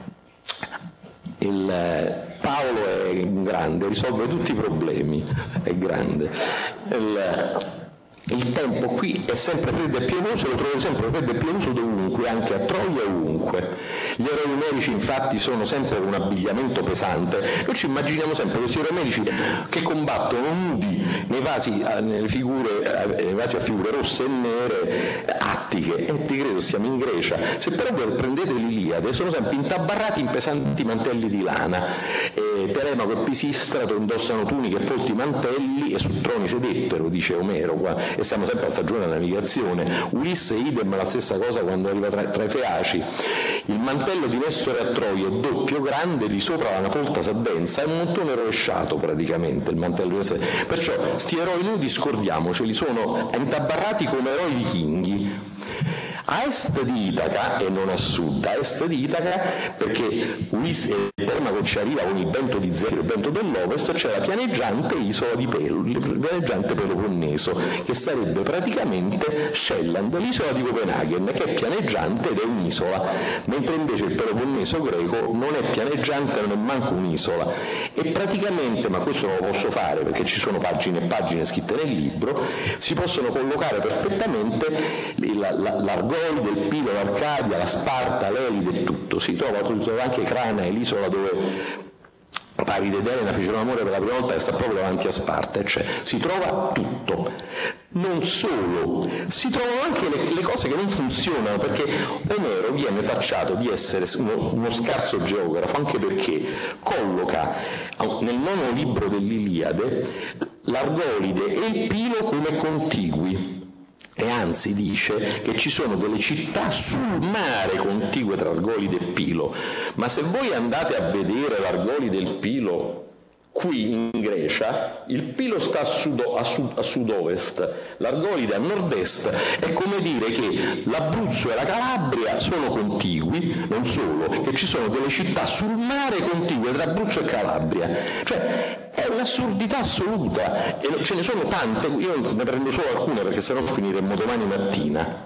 Il, Paolo è grande, risolve tutti i problemi, è grande. Il, il tempo qui è sempre freddo e piovoso, lo trovo sempre freddo e piovoso dovunque, anche a Troia ovunque. Gli eroi omerici infatti sono sempre un abbigliamento pesante. Noi ci immaginiamo sempre questi eroi omerici che combattono nudi nei vasi, nelle figure, nei vasi a figure rosse e nere, attiche, e ti credo siamo in Grecia. Se però prendete l'Iliade, sono sempre intabarrati in pesanti mantelli di lana. E Telemaco e Pisistrato indossano tuniche e folti mantelli e su troni sedettero, dice Omero qua. E siamo sempre a stagione della navigazione. Ulisse idem la stessa cosa quando arriva tra, tra i Feaci. Il mantello di Nestore a Troia è doppio, grande, di sopra una folta s'addensa, è un montone rovesciato praticamente il mantello di Nestore. Perciò sti eroi nudi scordiamoceli, sono intabarrati come eroi vichinghi. A est di Itaca, e non a sud, a est di Itaca, perché Ulisse e Telemaco ci arriva con il vento di Zefiro e il vento dell'Ovest, c'è la pianeggiante isola di Pelo, il pianeggiante Peloponneso, che sarebbe praticamente Shelland, l'isola di Copenaghen, che è pianeggiante ed è un'isola, mentre invece il Peloponneso greco non è pianeggiante, non è manco un'isola. E praticamente, ma questo non lo posso fare perché ci sono pagine e pagine scritte nel libro, si possono collocare perfettamente la, la, l'argomento del Pilo, l'Arcadia, la Sparta, l'Elide e tutto. Si trova, si trova anche Cranae, l'isola dove Paride ed Elena fecero l'amore per la prima volta, che sta proprio davanti a Sparta, cioè si trova tutto. Non solo, si trovano anche le, le cose che non funzionano, perché Omero viene tacciato di essere uno, uno scarso geografo, anche perché colloca nel nono libro dell'Iliade l'Argolide e il Pilo come contigui. E anzi dice che ci sono delle città sul mare contigue tra Argolide e Pilo, ma se voi andate a vedere l'Argolide e il Pilo qui in Grecia, il Pilo sta a, sud- a, sud- a sud-ovest, l'Argolide a nord-est, è come dire che l'Abruzzo e la Calabria sono contigui, non solo, che ci sono delle città sul mare contigue tra Abruzzo e Calabria, cioè è un'assurdità assoluta, e ce ne sono tante, io ne prendo solo alcune perché sennò finiremmo domani mattina.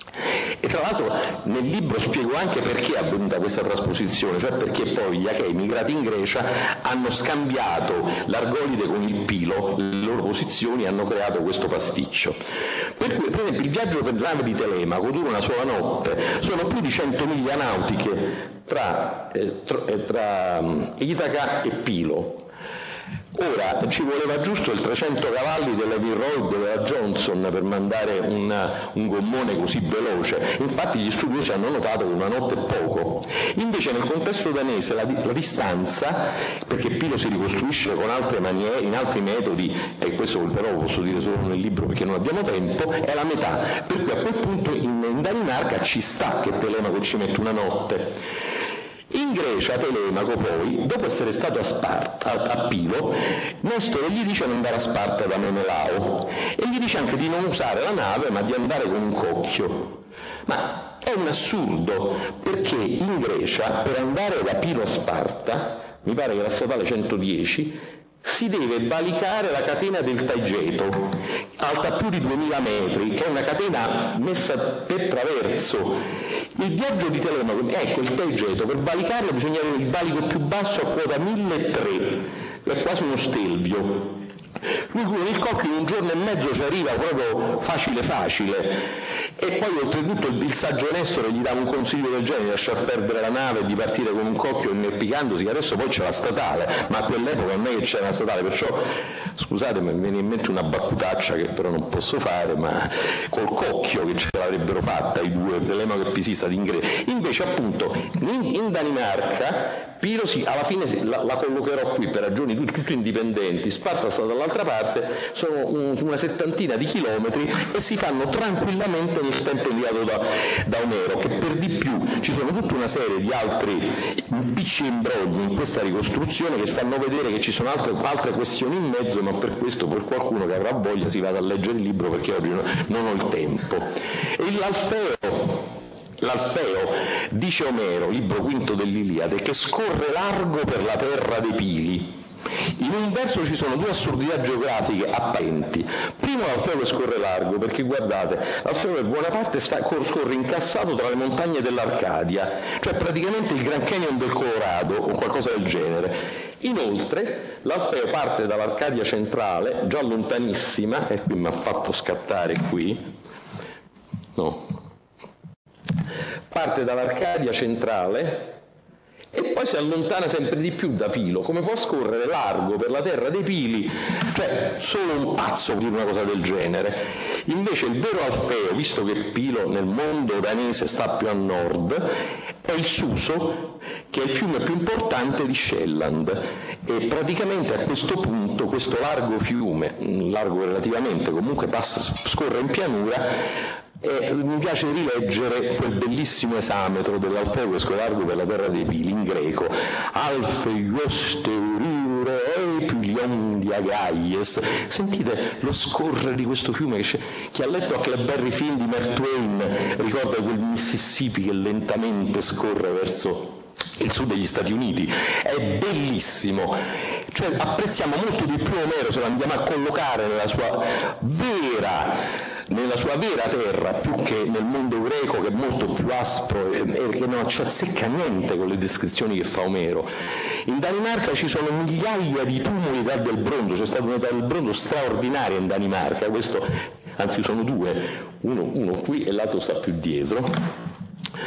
E tra l'altro nel libro spiego anche perché è avvenuta questa trasposizione, cioè perché poi gli Achei migrati in Grecia hanno scambiato l'Argolide con il Pilo, le loro posizioni, hanno creato questo pasticcio. Per, cui, per esempio il viaggio per nave di Telemaco dura una sola notte, sono più di cento miglia nautiche tra, eh, tra, eh, tra um, Itaca e Pilo. Ora ci voleva giusto il trecento cavalli della Royd della Johnson per mandare una, un gommone così veloce, infatti gli studiosi hanno notato che una notte è poco. Invece nel contesto danese la, la distanza, perché Pilo si ricostruisce con altre maniere, in altri metodi, e questo però lo posso dire solo nel libro perché non abbiamo tempo, è la metà, per cui a quel punto in, in Danimarca ci sta che Telemaco ci mette una notte. In Grecia Telemaco poi, dopo essere stato a, Sparta, a, a Pilo, Nestore gli dice di andare a Sparta da Menelao e gli dice anche di non usare la nave ma di andare con un cocchio. Ma è un assurdo, perché in Grecia per andare da Pilo a Sparta, mi pare che la statale centodieci, si deve valicare la catena del Taigeto, alta più di duemila metri, che è una catena messa per traverso. Il viaggio di Telemaco, ecco il Taigeto, per valicarlo bisogna avere il valico più basso a quota milletrecento, è quasi uno stelvio. Lui con il cocchio in un giorno e mezzo ci arriva proprio facile facile, e poi oltretutto il, il saggio Nestore gli dà un consiglio del genere, di lasciar perdere la nave e di partire con un cocchio inerpicandosi, che adesso poi c'è la statale, ma a quell'epoca non è che c'era la statale, perciò scusate mi viene in mente una battutaccia che però non posso fare, ma col cocchio che ce l'avrebbero fatta i due, Telemaco e Pisista d'Ingresso. Invece appunto in, in Danimarca Pilo si, alla fine si, la, la collocherò qui per ragioni tutte, tutte indipendenti, Sparta sta dall'altra parte, sono un, una settantina di chilometri e si fanno tranquillamente nel tempo indicato da, da Omero, che per di più ci sono tutta una serie di altri piccoli imbrogli in questa ricostruzione che fanno vedere che ci sono altre, altre questioni in mezzo, ma per questo per qualcuno che avrà voglia si vada a leggere il libro perché oggi no, non ho il tempo. E l'Alfeo L'Alfeo, dice Omero, libro quinto dell'Iliade, che scorre largo per la terra dei Pili. In un verso ci sono due assurdità geografiche apparenti. Primo l'Alfeo che scorre largo, perché guardate, l'Alfeo per buona parte sta, scorre incassato tra le montagne dell'Arcadia, cioè praticamente il Grand Canyon del Colorado o qualcosa del genere. Inoltre l'Alfeo parte dall'Arcadia centrale, già lontanissima, e qui mi ha fatto scattare qui, no, parte dall'Arcadia centrale e poi si allontana sempre di più da Pilo. Come può scorrere largo per la terra dei Pili? Cioè solo un pazzo può dire una cosa del genere. Invece il vero Alfeo, visto che Pilo nel mondo danese sta più a nord, è il Suso, che è il fiume più importante di Shetland, e praticamente a questo punto questo largo fiume, largo relativamente, comunque passa, scorre in pianura. E mi piace rileggere quel bellissimo esametro dell'Alfeo che scorre largo per la terra dei Pili in greco, Alfeios teuriure epilion di Agaies. Sentite lo scorrere di questo fiume, che chi ha letto Huckleberry Finn di Mark Twain ricorda quel Mississippi che lentamente scorre verso il sud degli Stati Uniti. È bellissimo, cioè apprezziamo molto di più Omero se lo andiamo a collocare nella sua vera nella sua vera terra, più che nel mondo greco, che è molto più aspro e, e che non ci azzecca niente con le descrizioni che fa Omero. In Danimarca ci sono migliaia di tumuli d'età del bronzo, c'è stata un'età del bronzo straordinaria in Danimarca, questo, anzi sono due, uno, uno qui e l'altro sta più dietro.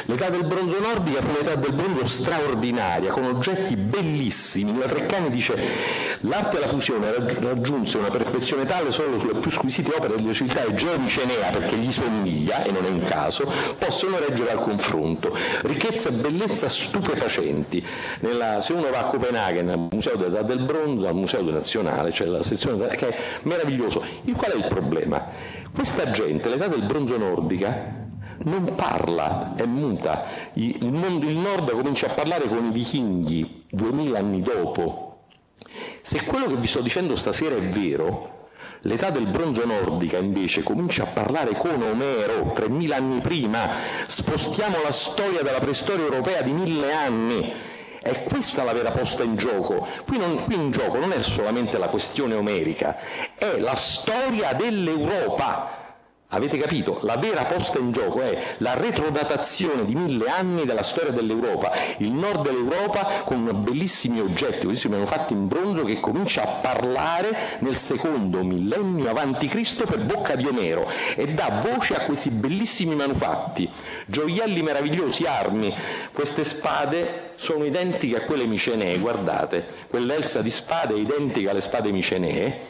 L'età del bronzo nordica fu un'età del bronzo straordinaria, con oggetti bellissimi. La Treccani dice: l'arte della fusione raggiunse una perfezione tale solo sulle più squisite opere della civiltà Egeo Micenea, perché gli somiglia, e non è un caso, possono reggere al confronto. Ricchezza e bellezza stupefacenti. Nella, se uno va a Copenaghen, al Museo dell'età del bronzo, al Museo Nazionale, c'è la sezione che è meraviglioso. Il qual è il problema? Questa gente, l'età del bronzo nordica, non parla, è muta. Il, mondo, il nord comincia a parlare con i vichinghi duemila anni dopo. Se quello che vi sto dicendo stasera è vero, l'età del bronzo nordica invece comincia a parlare con Omero tremila anni prima. Spostiamo la storia della preistoria europea di mille anni. È questa la vera posta in gioco. Qui, non, qui in gioco non è solamente la questione omerica, è la storia dell'Europa. Avete capito? La vera posta in gioco è la retrodatazione di mille anni della storia dell'Europa, il nord dell'Europa con bellissimi oggetti, bellissimi manufatti in bronzo, che comincia a parlare nel secondo millennio avanti Cristo per bocca di Omero e dà voce a questi bellissimi manufatti, gioielli meravigliosi, armi. Queste spade sono identiche a quelle micenee, guardate, quell'elsa di spade è identica alle spade micenee.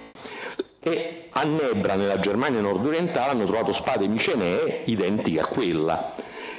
E a Nebra, nella Germania nord-orientale, hanno trovato spade micenee identiche a quella.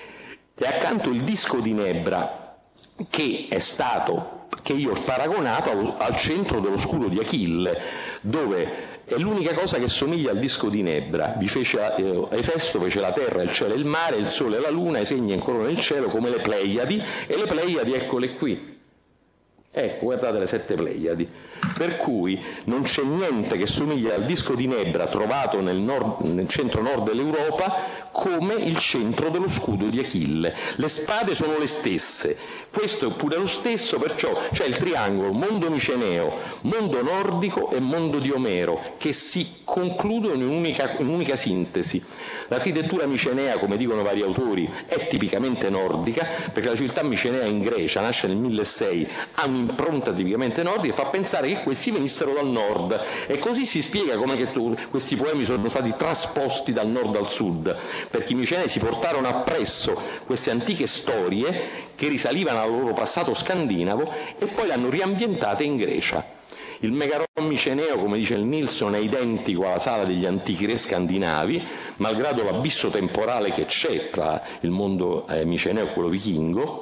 E accanto il disco di Nebra, che è stato, che io ho paragonato al, al centro dello scudo di Achille, dove è l'unica cosa che somiglia al disco di Nebra. Vi fece, eh, Efesto fece la terra, il cielo e il mare, il sole e la luna, i segni ancora nel cielo come le Pleiadi, e le Pleiadi eccole qui. Ecco, guardate le sette Pleiadi. Per cui non c'è niente che somiglia al disco di Nebra trovato nel, nord, nel centro-nord dell'Europa come il centro dello scudo di Achille. Le spade sono le stesse, questo è pure lo stesso, perciò c'è il triangolo mondo miceneo, mondo nordico e mondo di Omero, che si concludono in un'unica, in un'unica sintesi. L'architettura micenea, come dicono vari autori, è tipicamente nordica, perché la civiltà micenea in Grecia nasce nel milleseicento, ha un'impronta tipicamente nordica e fa pensare che questi venissero dal nord, e così si spiega come che questi poemi sono stati trasposti dal nord al sud, perché i micenei si portarono appresso queste antiche storie che risalivano al loro passato scandinavo e poi le hanno riambientate in Grecia. Il Megaron miceneo, come dice il Nilsson, è identico alla sala degli antichi re scandinavi, malgrado l'abisso temporale che c'è tra il mondo eh, miceneo e quello vichingo.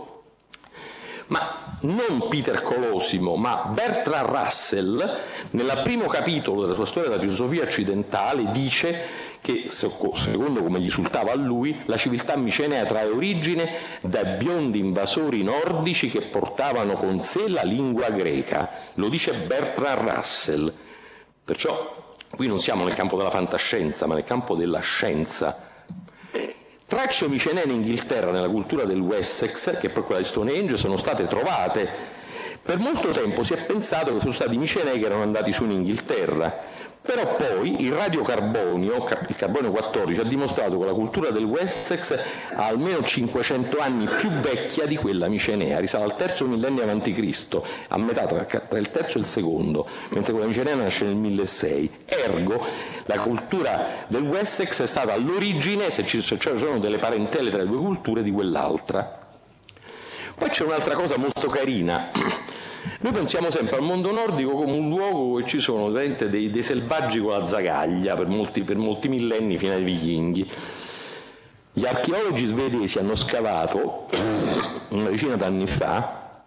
Ma non Peter Colosimo, ma Bertrand Russell, nel primo capitolo della sua storia della filosofia occidentale, dice che, secondo come gli risultava a lui, la civiltà micenea trae origine dai biondi invasori nordici che portavano con sé la lingua greca. Lo dice Bertrand Russell. Perciò qui non siamo nel campo della fantascienza, ma nel campo della scienza. Tracce micenee in Inghilterra, nella cultura del Wessex, che poi quella di Stonehenge, sono state trovate. Per molto tempo si è pensato che sono stati micenei che erano andati su in Inghilterra, però poi il radiocarbonio, il carbonio quattordici, ha dimostrato che la cultura del Wessex ha almeno cinquecento anni più vecchia di quella micenea, risale al terzo millennio avanti Cristo, a metà tra, tra il terzo e il secondo, mentre quella micenea nasce nel milleseicento. Ergo, la cultura del Wessex è stata all'origine, se ci sono delle parentele tra le due culture, di quell'altra. Poi c'è un'altra cosa molto carina. Noi pensiamo sempre al mondo nordico come un luogo dove ci sono dei, dei selvaggi con la zagaglia per molti, per molti millenni fino ai vichinghi. Gli archeologi svedesi hanno scavato una decina d'anni fa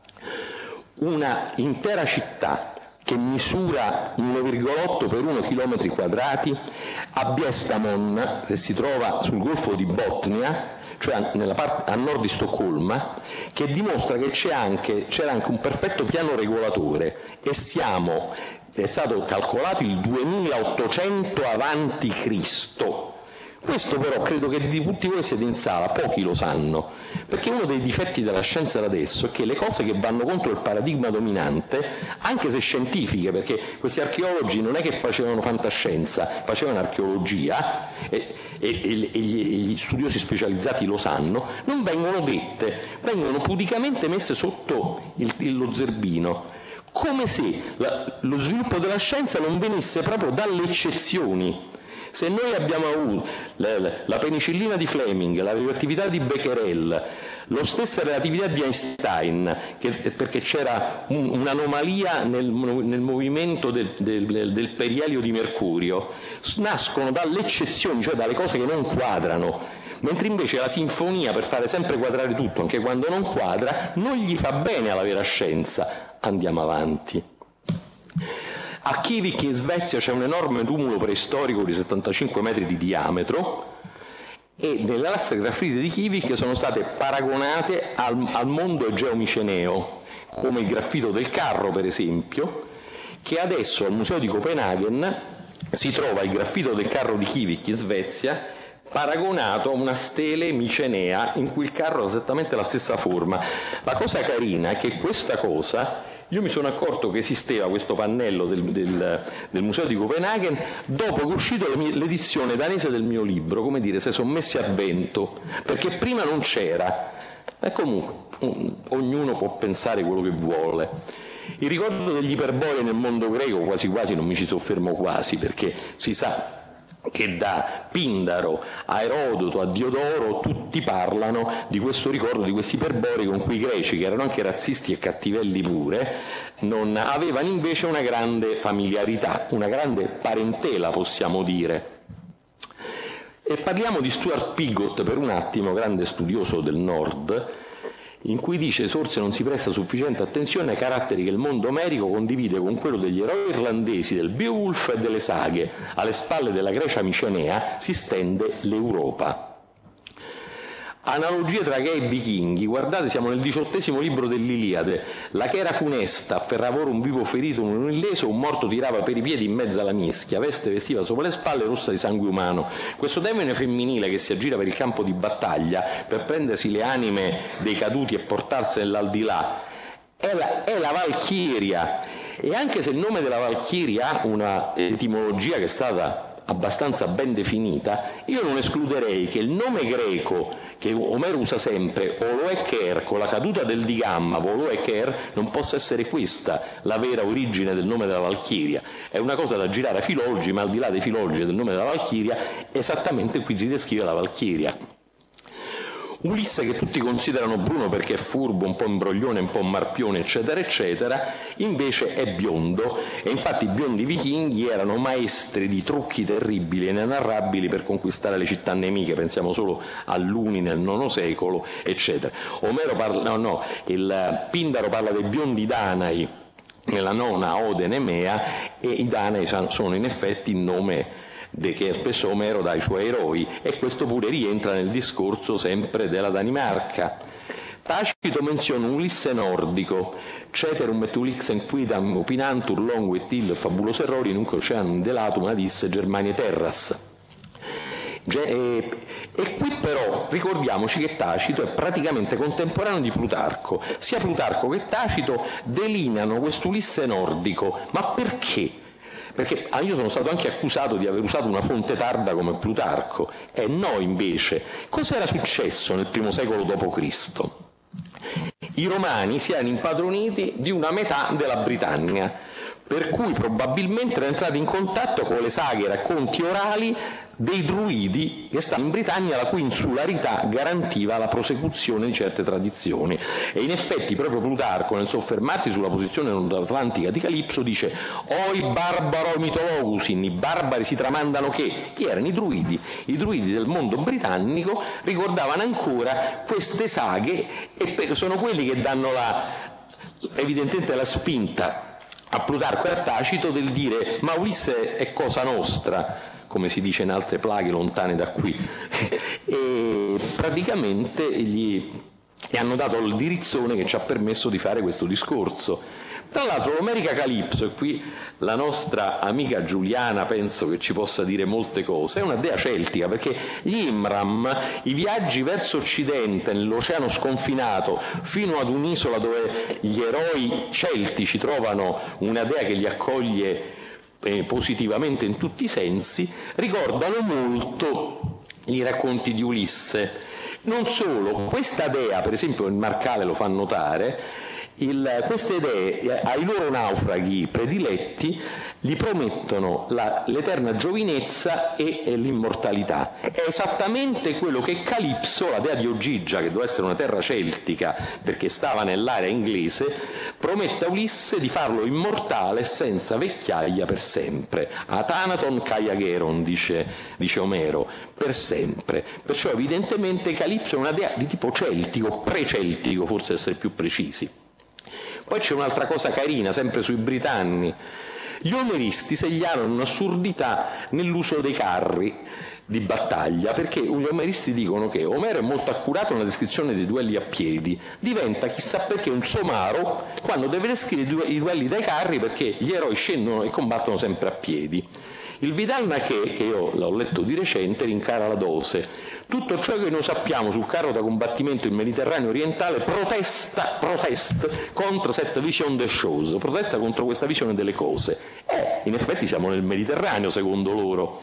una intera città che misura uno virgola otto per uno chilometri quadrati a Biestamon, che si trova sul golfo di Botnia, cioè nella parte a nord di Stoccolma, che dimostra che c'è anche, c'era anche un perfetto piano regolatore, e siamo, è stato calcolato il duemilaottocento avanti Cristo. Questo però credo che di tutti voi siete in sala, pochi lo sanno, perché uno dei difetti della scienza da adesso è che le cose che vanno contro il paradigma dominante, anche se scientifiche, perché questi archeologi non è che facevano fantascienza, facevano archeologia, e, e, e, gli, e gli studiosi specializzati lo sanno, non vengono dette, vengono pudicamente messe sotto il, il, lo zerbino, come se la, lo sviluppo della scienza non venisse proprio dalle eccezioni. Se noi abbiamo avuto la, la penicillina di Fleming, la radioattività di Becquerel, Lo stesso relatività di Einstein, che, perché c'era un, un'anomalia nel, nel movimento del, del, del perielio di Mercurio, nascono dalle eccezioni, cioè dalle cose che non quadrano, mentre invece la sinfonia, per fare sempre quadrare tutto, anche quando non quadra, non gli fa bene alla vera scienza. Andiamo avanti. A Kivik in Svezia c'è un enorme tumulo preistorico di settantacinque metri di diametro, e nelle lastre grafite di Kivik sono state paragonate al, al mondo egeo-miceneo, come il graffito del carro per esempio, che adesso al museo di Copenaghen si trova il graffito del carro di Kivik in Svezia paragonato a una stele micenea in cui il carro ha esattamente la stessa forma. La cosa carina è che questa cosa, io mi sono accorto che esisteva questo pannello del, del, del museo di Copenaghen dopo che è uscito l'edizione danese del mio libro, come dire, si sono messi a vento, perché prima non c'era. E comunque um, ognuno può pensare quello che vuole. Il ricordo degli iperborei nel mondo greco quasi quasi non mi ci soffermo quasi, perché si sa che da Pindaro a Erodoto a Diodoro tutti parlano di questo ricordo di questi iperborei con cui i greci, che erano anche razzisti e cattivelli pure, non avevano invece una grande familiarità, una grande parentela, possiamo dire. E parliamo di Stuart Pigott per un attimo, grande studioso del Nord, in cui dice forse non si presta sufficiente attenzione ai caratteri che il mondo omerico condivide con quello degli eroi irlandesi, del Beowulf e delle saghe. Alle spalle della Grecia micenea si stende l'Europa. Analogie tra gay e vichinghi. Guardate, siamo nel diciottesimo libro dell'Iliade. La chera funesta afferrava ora un vivo ferito, un illeso, un morto tirava per i piedi in mezzo alla mischia, veste vestiva sopra le spalle rossa di sangue umano. Questo demone femminile che si aggira per il campo di battaglia per prendersi le anime dei caduti e portarsene all'aldilà è la, è la Valchiria. E anche se il nome della Valchiria ha una etimologia che è stata abbastanza ben definita, io non escluderei che il nome greco che Omero usa sempre, Oloeker, con la caduta del di gamma, Voloeker, non possa essere questa la vera origine del nome della Valchiria. È una cosa da girare a filologi, ma al di là dei filologi del nome della Valchiria, esattamente qui si descrive la Valchiria. Ulisse, che tutti considerano bruno perché è furbo, un po' imbroglione, un po' marpione, eccetera, eccetera, invece è biondo, e infatti i biondi vichinghi erano maestri di trucchi terribili e inenarrabili per conquistare le città nemiche, pensiamo solo a Luni nel nono secolo, eccetera. Omero parla, no, no, il Pindaro parla dei biondi danai nella nona Ode Nemea, e i danai sono in effetti il nome che spesso Omero dà ai suoi eroi, e questo pure rientra nel discorso sempre della Danimarca. Tacito menziona un Ulisse nordico, ceterum et ulixen quidam opinantur longo et il fabuloso errori nunc oceanum delatum adisse Germanie terras. E, e qui però ricordiamoci che Tacito è praticamente contemporaneo di Plutarco. Sia Plutarco che Tacito delineano quest'Ulisse nordico, ma perché? Perché io sono stato anche accusato di aver usato una fonte tarda come Plutarco, e no invece. Cos'era successo nel primo secolo dopo Cristo? I romani si erano impadroniti di una metà della Britannia, per cui probabilmente erano entrati in contatto con le saghe e racconti orali dei druidi che stavano in Britannia, la cui insularità garantiva la prosecuzione di certe tradizioni. E in effetti proprio Plutarco, nel soffermarsi sulla posizione nord-atlantica di Calipso, dice «Oi barbaro mitologusin», i barbari si tramandano che, chi erano i druidi? I druidi del mondo britannico ricordavano ancora queste saghe, e sono quelli che danno la, evidentemente la spinta a Plutarco e a Tacito del dire «Ma Ulisse è cosa nostra», come si dice in altre plaghe lontane da qui, e praticamente gli, gli hanno dato il dirizzone che ci ha permesso di fare questo discorso. Tra l'altro l'Omerica Calipso, e qui la nostra amica Giuliana penso che ci possa dire molte cose, è una dea celtica, perché gli Imram, i viaggi verso occidente nell'oceano sconfinato fino ad un'isola dove gli eroi celtici trovano una dea che li accoglie Eh, positivamente in tutti i sensi, ricordano molto i racconti di Ulisse. Non solo, questa dea, per esempio il Marcale lo fa notare, Il, queste idee ai loro naufraghi prediletti gli promettono la, l'eterna giovinezza e, e l'immortalità. È esattamente quello che Calipso, la dea di Ogygia, che doveva essere una terra celtica perché stava nell'area inglese, promette a Ulisse di farlo immortale senza vecchiaia per sempre. Athanaton Kaiageron, dice, dice Omero, per sempre. Perciò evidentemente Calipso è una dea di tipo celtico, pre-celtico, forse essere più precisi. Poi c'è un'altra cosa carina, sempre sui Britanni. Gli omeristi segnalano un'assurdità nell'uso dei carri di battaglia, perché gli omeristi dicono che Omero è molto accurato nella descrizione dei duelli a piedi, diventa chissà perché un somaro quando deve descrivere i duelli dai carri, perché gli eroi scendono e combattono sempre a piedi. Il Vidal Naquet, che io l'ho letto di recente, rincara la dose. Tutto ciò che noi sappiamo sul carro da combattimento in Mediterraneo orientale protesta, protesta contro cette vision des choses, protesta contro questa visione delle cose. Eh, in effetti siamo nel Mediterraneo, secondo loro.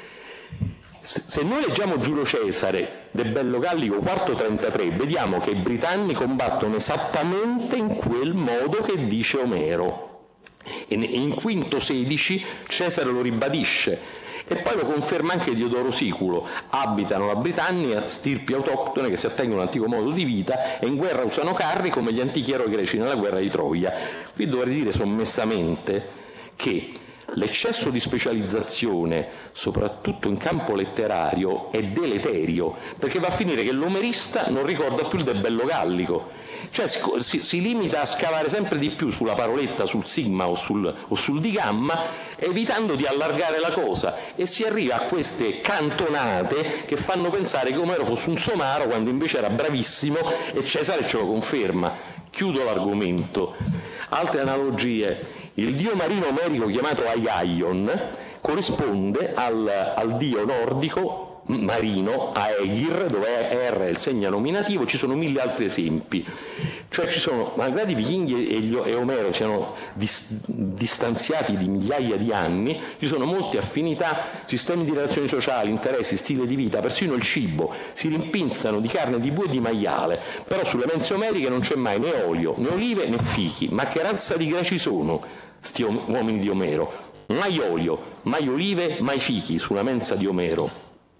Se noi leggiamo Giulio Cesare del Bello Gallico quarto trentatré, vediamo che i britanni combattono esattamente in quel modo che dice Omero. E in quinto sedici Cesare lo ribadisce. E poi lo conferma anche Diodoro Siculo: abitano la Britannia stirpi autoctone che si attengono all'antico modo di vita e in guerra usano carri come gli antichi eroi greci nella guerra di Troia. Qui dovrei dire sommessamente che l'eccesso di specializzazione, soprattutto in campo letterario, è deleterio, perché va a finire che l'omerista non ricorda più il del Bello Gallico, cioè si, si, si limita a scavare sempre di più sulla paroletta, sul sigma o sul, o sul di gamma, evitando di allargare la cosa, e si arriva a queste cantonate che fanno pensare che Omero fosse un somaro quando invece era bravissimo, e Cesare ce lo conferma. Chiudo l'argomento. Altre analogie: il dio marino omerico chiamato Aiaion corrisponde al, al dio nordico marino Aegir, dove R è il segno nominativo. Ci sono mille altri esempi, cioè ci sono, malgrado i vichinghi e, gli, e Omero siano dis, distanziati di migliaia di anni, ci sono molte affinità, sistemi di relazioni sociali, interessi, stile di vita, persino il cibo, si rimpinzano di carne di bue e di maiale. Però sulle mense omeriche non c'è mai né olio, né olive, né fichi. Ma che razza di greci sono sti uomini di Omero? Mai olio, mai olive, mai fichi sulla mensa di Omero.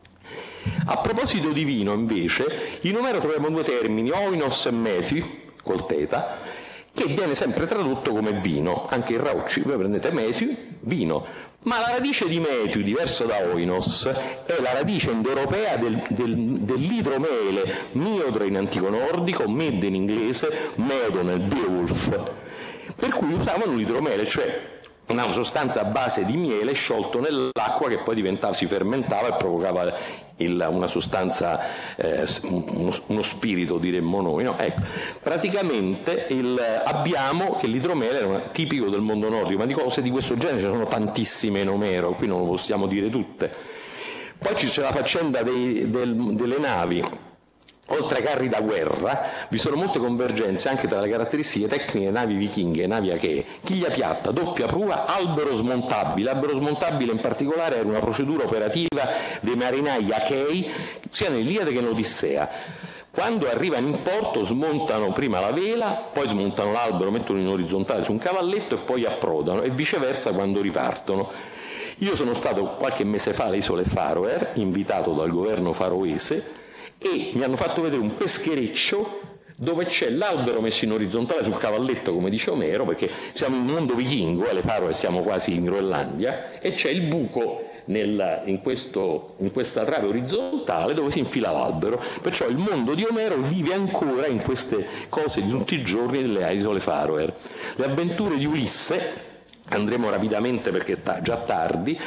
A proposito di vino, invece, in Omero troviamo due termini, oinos e mesi, col teta, che viene sempre tradotto come vino. Anche in Raucci, voi prendete mesi, vino. Ma la radice di metui, diversa da oinos, è la radice indoeuropea del, del, dell'idromele, miodre in antico nordico, med in inglese, medo nel Beowulf. Per cui usavano l'idromele, cioè una sostanza a base di miele sciolto nell'acqua che poi diventava, si fermentava e provocava il, una sostanza, eh, uno, uno spirito, diremmo noi, no? Ecco, praticamente il, abbiamo che l'idromele era tipico del mondo nordico, ma di cose di questo genere ce ne sono tantissime in Omero, qui non lo possiamo dire tutte. Poi c'è la faccenda dei, del, delle navi. Oltre ai carri da guerra, vi sono molte convergenze anche tra le caratteristiche tecniche navi vichinghe e navi achee. Chiglia piatta, doppia prua, albero smontabile. Albero smontabile in particolare era una procedura operativa dei marinai achei sia nell'Iliade che nell'Odissea. Quando arrivano in porto smontano prima la vela, poi smontano l'albero, mettono in orizzontale su un cavalletto e poi approdano, e viceversa quando ripartono. Io sono stato qualche mese fa alle isole Faroe, invitato dal governo faroese, e mi hanno fatto vedere un peschereccio dove c'è l'albero messo in orizzontale sul cavalletto, come dice Omero, perché siamo in un mondo vichingo, alle Faroe siamo quasi in Groenlandia, e c'è il buco nel, in, questo, in questa trave orizzontale dove si infila l'albero. Perciò il mondo di Omero vive ancora in queste cose di tutti i giorni delle isole Faroe. Le avventure di Ulisse, andremo rapidamente perché è già tardi,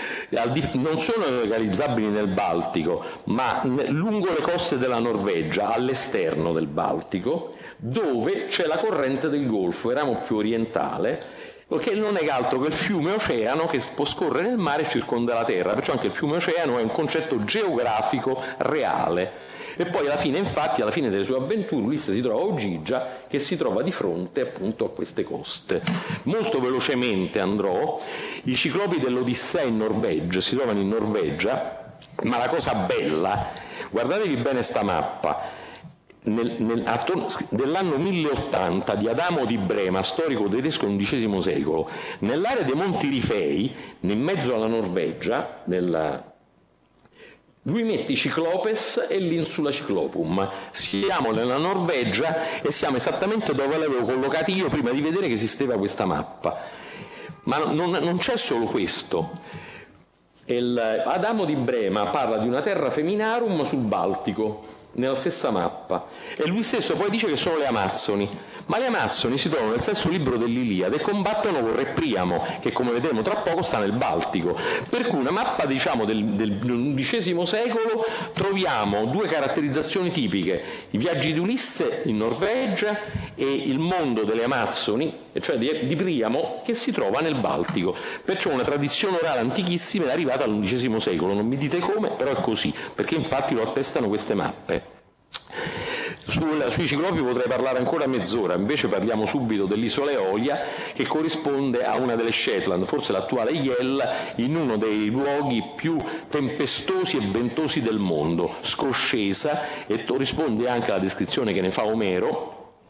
non sono localizzabili nel Baltico, ma lungo le coste della Norvegia, all'esterno del Baltico, dove c'è la corrente del Golfo, ramo più orientale, che non è altro che il fiume oceano che può scorrere nel mare e circonda la terra. Perciò anche il fiume oceano è un concetto geografico reale. E poi alla fine, infatti, alla fine delle sue avventure, Ulisse si trova a Ogygia, che si trova di fronte appunto a queste coste. Molto velocemente andrò. I ciclopi dell'Odissea in Norvegia si trovano in Norvegia, ma la cosa bella, guardatevi bene sta mappa, nel, nel, attorno, dell'anno mille ottanta di Adamo di Brema, storico tedesco dell'undicesimo secolo, nell'area dei Monti Rifei, in mezzo alla Norvegia, nella lui mette i Ciclopes e l'Insula Cyclopum. Siamo nella Norvegia e siamo esattamente dove l'avevo collocati io prima di vedere che esisteva questa mappa. Ma non, non c'è solo questo. Il, Adamo di Brema parla di una terra feminarum sul Baltico, nella stessa mappa, e lui stesso poi dice che sono le Amazzoni, ma le Amazzoni si trovano nel sesto libro dell'Iliade e combattono con Re Priamo, che come vedremo tra poco sta nel Baltico, per cui una mappa diciamo del, dell'undicesimo secolo troviamo due caratterizzazioni tipiche: i viaggi di Ulisse in Norvegia e il mondo delle Amazzoni, cioè di, di Priamo, che si trova nel Baltico. Perciò una tradizione orale antichissima è arrivata all'undicesimo secolo, non mi dite come, però è così, perché infatti lo attestano queste mappe. Sul, sui ciclopi potrei parlare ancora mezz'ora, invece parliamo subito dell'isola Eolia, che corrisponde a una delle Shetland, forse l'attuale Yell, in uno dei luoghi più tempestosi e ventosi del mondo, scoscesa, e corrisponde anche alla descrizione che ne fa Omero.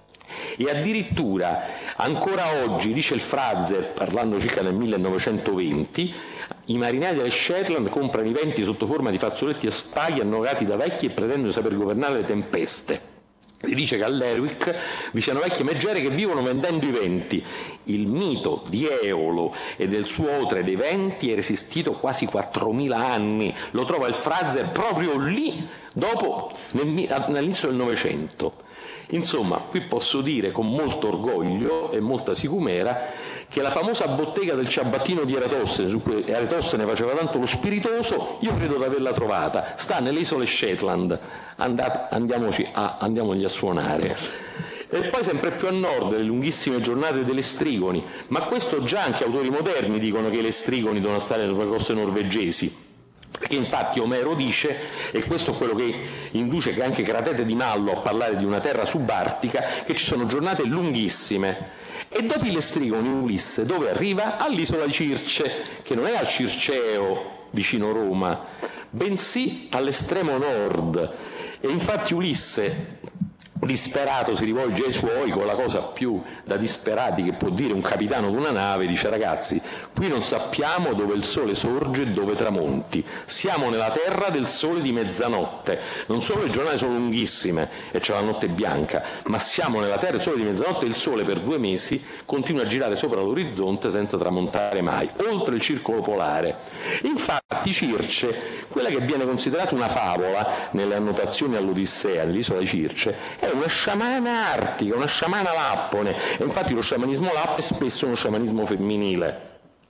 E addirittura ancora oggi, dice il Frazer, parlando circa nel millenovecentoventi, i marinai delle Shetland comprano i venti sotto forma di fazzoletti e spaghi annodati da vecchi e pretendono di saper governare le tempeste. Si dice che a Lerwick vi siano vecchie megere che vivono vendendo i venti. Il mito di Eolo e del suo otre dei venti è resistito quasi quattromila anni. Lo trova il Frazer proprio lì, dopo, all'inizio del Novecento. Insomma, qui posso dire con molto orgoglio e molta sicumera che la famosa bottega del ciabattino di Eratostene, su cui Eratostene faceva tanto lo spiritoso, io credo di averla trovata, sta nelle isole Shetland. Andate, andiamoci a, andiamogli a suonare. E poi sempre più a nord le lunghissime giornate delle Strigoni, ma questo già anche autori moderni dicono che le Strigoni devono stare nelle coste norvegesi, perché infatti Omero dice, e questo è quello che induce anche Cratete di Mallo a parlare di una terra subartica, che ci sono giornate lunghissime. E dopo le Strigoni Ulisse dove arriva? All'isola di Circe, che non è al Circeo vicino Roma, bensì all'estremo nord. E infatti Ulisse, disperato, si rivolge ai suoi con la cosa più da disperati che può dire un capitano di una nave, dice: ragazzi, qui non sappiamo dove il sole sorge e dove tramonti, siamo nella terra del sole di mezzanotte, non solo le giornate sono lunghissime e c'è la notte bianca, ma siamo nella terra del sole di mezzanotte e il sole per due mesi continua a girare sopra l'orizzonte senza tramontare mai, oltre il circolo polare. Infatti Circe, quella che viene considerata una favola nelle annotazioni all'Odissea, nell'isola di Circe, è una sciamana artica, una sciamana lappone, e infatti lo sciamanismo lappo è spesso uno sciamanismo femminile.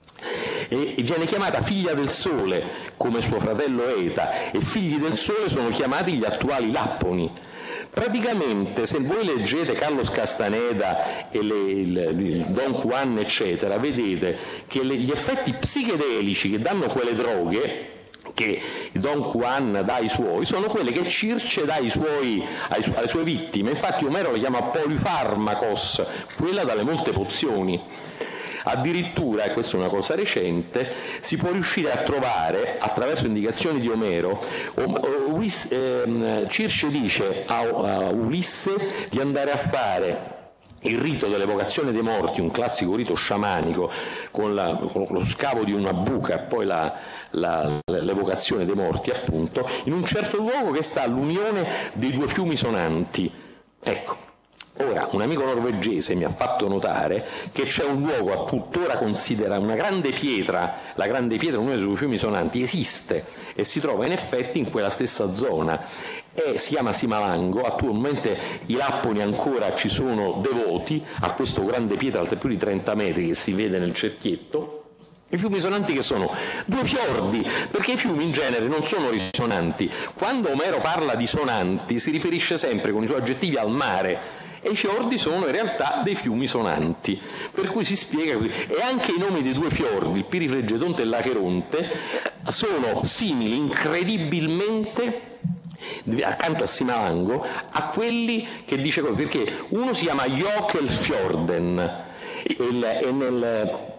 E viene chiamata figlia del sole come suo fratello Eta, e figli del sole sono chiamati gli attuali lapponi. Praticamente, se voi leggete Carlos Castaneda e le, il, il Don Juan eccetera, vedete che le, gli effetti psichedelici che danno quelle droghe che Don Juan dà ai suoi sono quelle che Circe dà ai suoi, ai, alle sue vittime. Infatti Omero le chiama polifarmacos, quella dalle molte pozioni. Addirittura, e questa è una cosa recente, si può riuscire a trovare, attraverso indicazioni di Omero, Ulisse, eh, Circe dice a, a Ulisse di andare a fare il rito dell'evocazione dei morti, un classico rito sciamanico, con, la, con lo scavo di una buca e poi la, la, l'evocazione dei morti, appunto, in un certo luogo che sta all'unione dei due fiumi sonanti. Ecco. Ora, un amico norvegese mi ha fatto notare che c'è un luogo a tuttora considera una grande pietra, la grande pietra, uno dei due fiumi sonanti, esiste e si trova in effetti in quella stessa zona, e si chiama Simalango. Attualmente i lapponi ancora ci sono devoti a questa grande pietra alta più di trenta metri che si vede nel cerchietto. I fiumi sonanti che sono due fiordi, perché i fiumi in genere non sono risonanti. Quando Omero parla di sonanti si riferisce sempre con i suoi aggettivi al mare, e i fiordi sono in realtà dei fiumi sonanti, per cui si spiega così. E anche i nomi dei due fiordi, il Pirifregedonte e l'Acheronte, sono simili incredibilmente, accanto a Simalango, a quelli che dice, perché uno si chiama Jokelfjorden e nel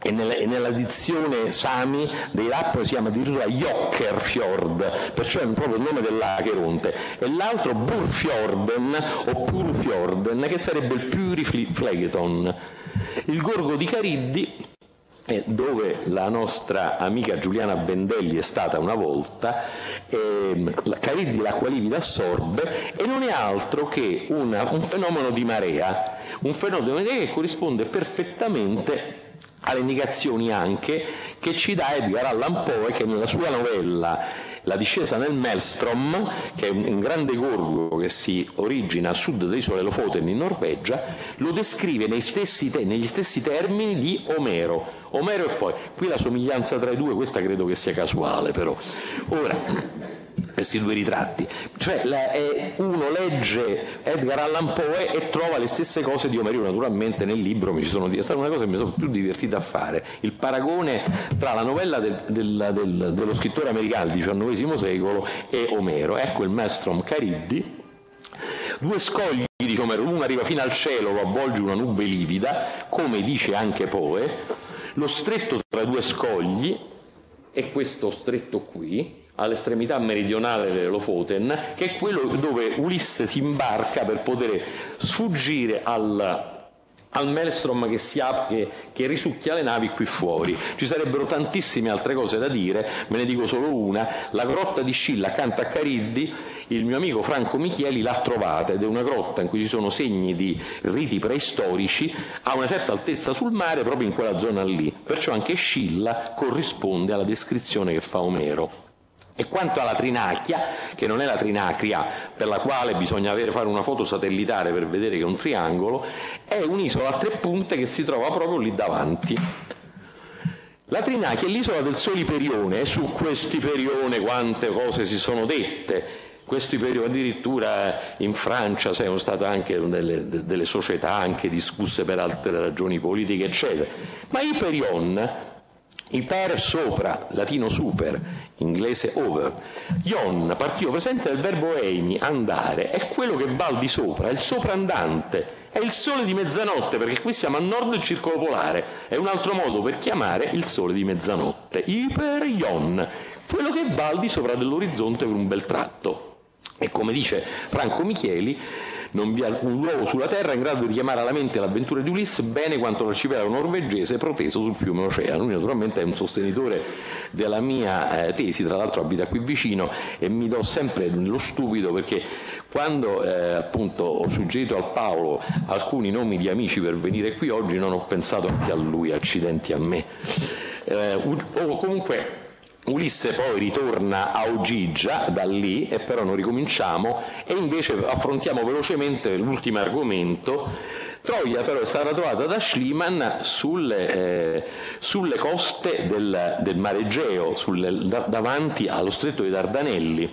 e nella, e nella dizione Sami dei Lappoli si chiama addirittura Jokkerfjord, perciò è proprio il nome dell'Acheronte, e l'altro Burfjorden o Purfjorden, che sarebbe il Puriflegeton. Il gorgo di Cariddi, dove la nostra amica Giuliana Bendelli è stata una volta, eh, Cariddi l'acqua livida assorbe, e non è altro che una, un fenomeno di marea, un fenomeno di marea che corrisponde perfettamente alle indicazioni anche che ci dà Edgar Allan Poe, che nella sua novella La discesa nel Maelstrom, che è un grande gorgo che si origina a sud dell'isola Lofoten in Norvegia, lo descrive nei stessi te- negli stessi termini di Omero. Omero e poi, qui la somiglianza tra i due, questa credo che sia casuale però. Ora, questi due ritratti, cioè la, eh, uno legge Edgar Allan Poe e trova le stesse cose di Omero. Naturalmente nel libro mi ci sono, è stata una cosa che mi sono più divertita a fare, il paragone tra la novella del, del, del, dello scrittore americano del diciannovesimo secolo e Omero. Ecco il Maelstrom Cariddi, due scogli, dice Omero, uno arriva fino al cielo, lo avvolge una nube livida, come dice anche Poe, lo stretto tra due scogli è questo stretto qui, all'estremità meridionale delle Lofoten, che è quello dove Ulisse si imbarca per poter sfuggire al, al Maelstrom che, si apre, che, che risucchia le navi qui fuori. Ci sarebbero tantissime altre cose da dire, me ne dico solo una. La grotta di Scilla accanto a Cariddi, il mio amico Franco Michieli l'ha trovata, ed è una grotta in cui ci sono segni di riti preistorici a una certa altezza sul mare, proprio in quella zona lì, perciò anche Scilla corrisponde alla descrizione che fa Omero. E quanto alla Trinacchia, che non è la Trinacria per la quale bisogna avere, fare una foto satellitare per vedere che è un triangolo, è un'isola a tre punte che si trova proprio lì davanti. La Trinacchia è l'isola del Soliperione, e su quest'Iperione quante cose si sono dette. Quest'Iperione, addirittura in Francia sono state anche delle, delle società anche discusse per altre ragioni politiche, eccetera. Ma Iperion, Iper sopra, latino super, inglese over, Ion, partito presente del verbo eimi, andare, è quello che va al di sopra, è il soprandante, è il sole di mezzanotte, perché qui siamo a nord del circolo polare, è un altro modo per chiamare il sole di mezzanotte, Iper Ion, quello che va al di sopra dell'orizzonte per un bel tratto. E come dice Franco Michieli, non vi è alcun luogo sulla terra in grado di richiamare alla mente l'avventura di Ulisse bene quanto l'arcipelago norvegese proteso sul fiume Oceano. Lui naturalmente è un sostenitore della mia eh, tesi, tra l'altro abita qui vicino, e mi do sempre nello stupido, perché quando eh, appunto ho suggerito al Paolo alcuni nomi di amici per venire qui oggi, non ho pensato anche a lui, accidenti a me. Eh, o comunque Ulisse poi ritorna a Ogygia da lì, e però non ricominciamo, e invece affrontiamo velocemente l'ultimo argomento. Troia però è stata trovata da Schliemann sulle, eh, sulle coste del, del Mare Egeo, sulle, da, davanti allo stretto dei Dardanelli,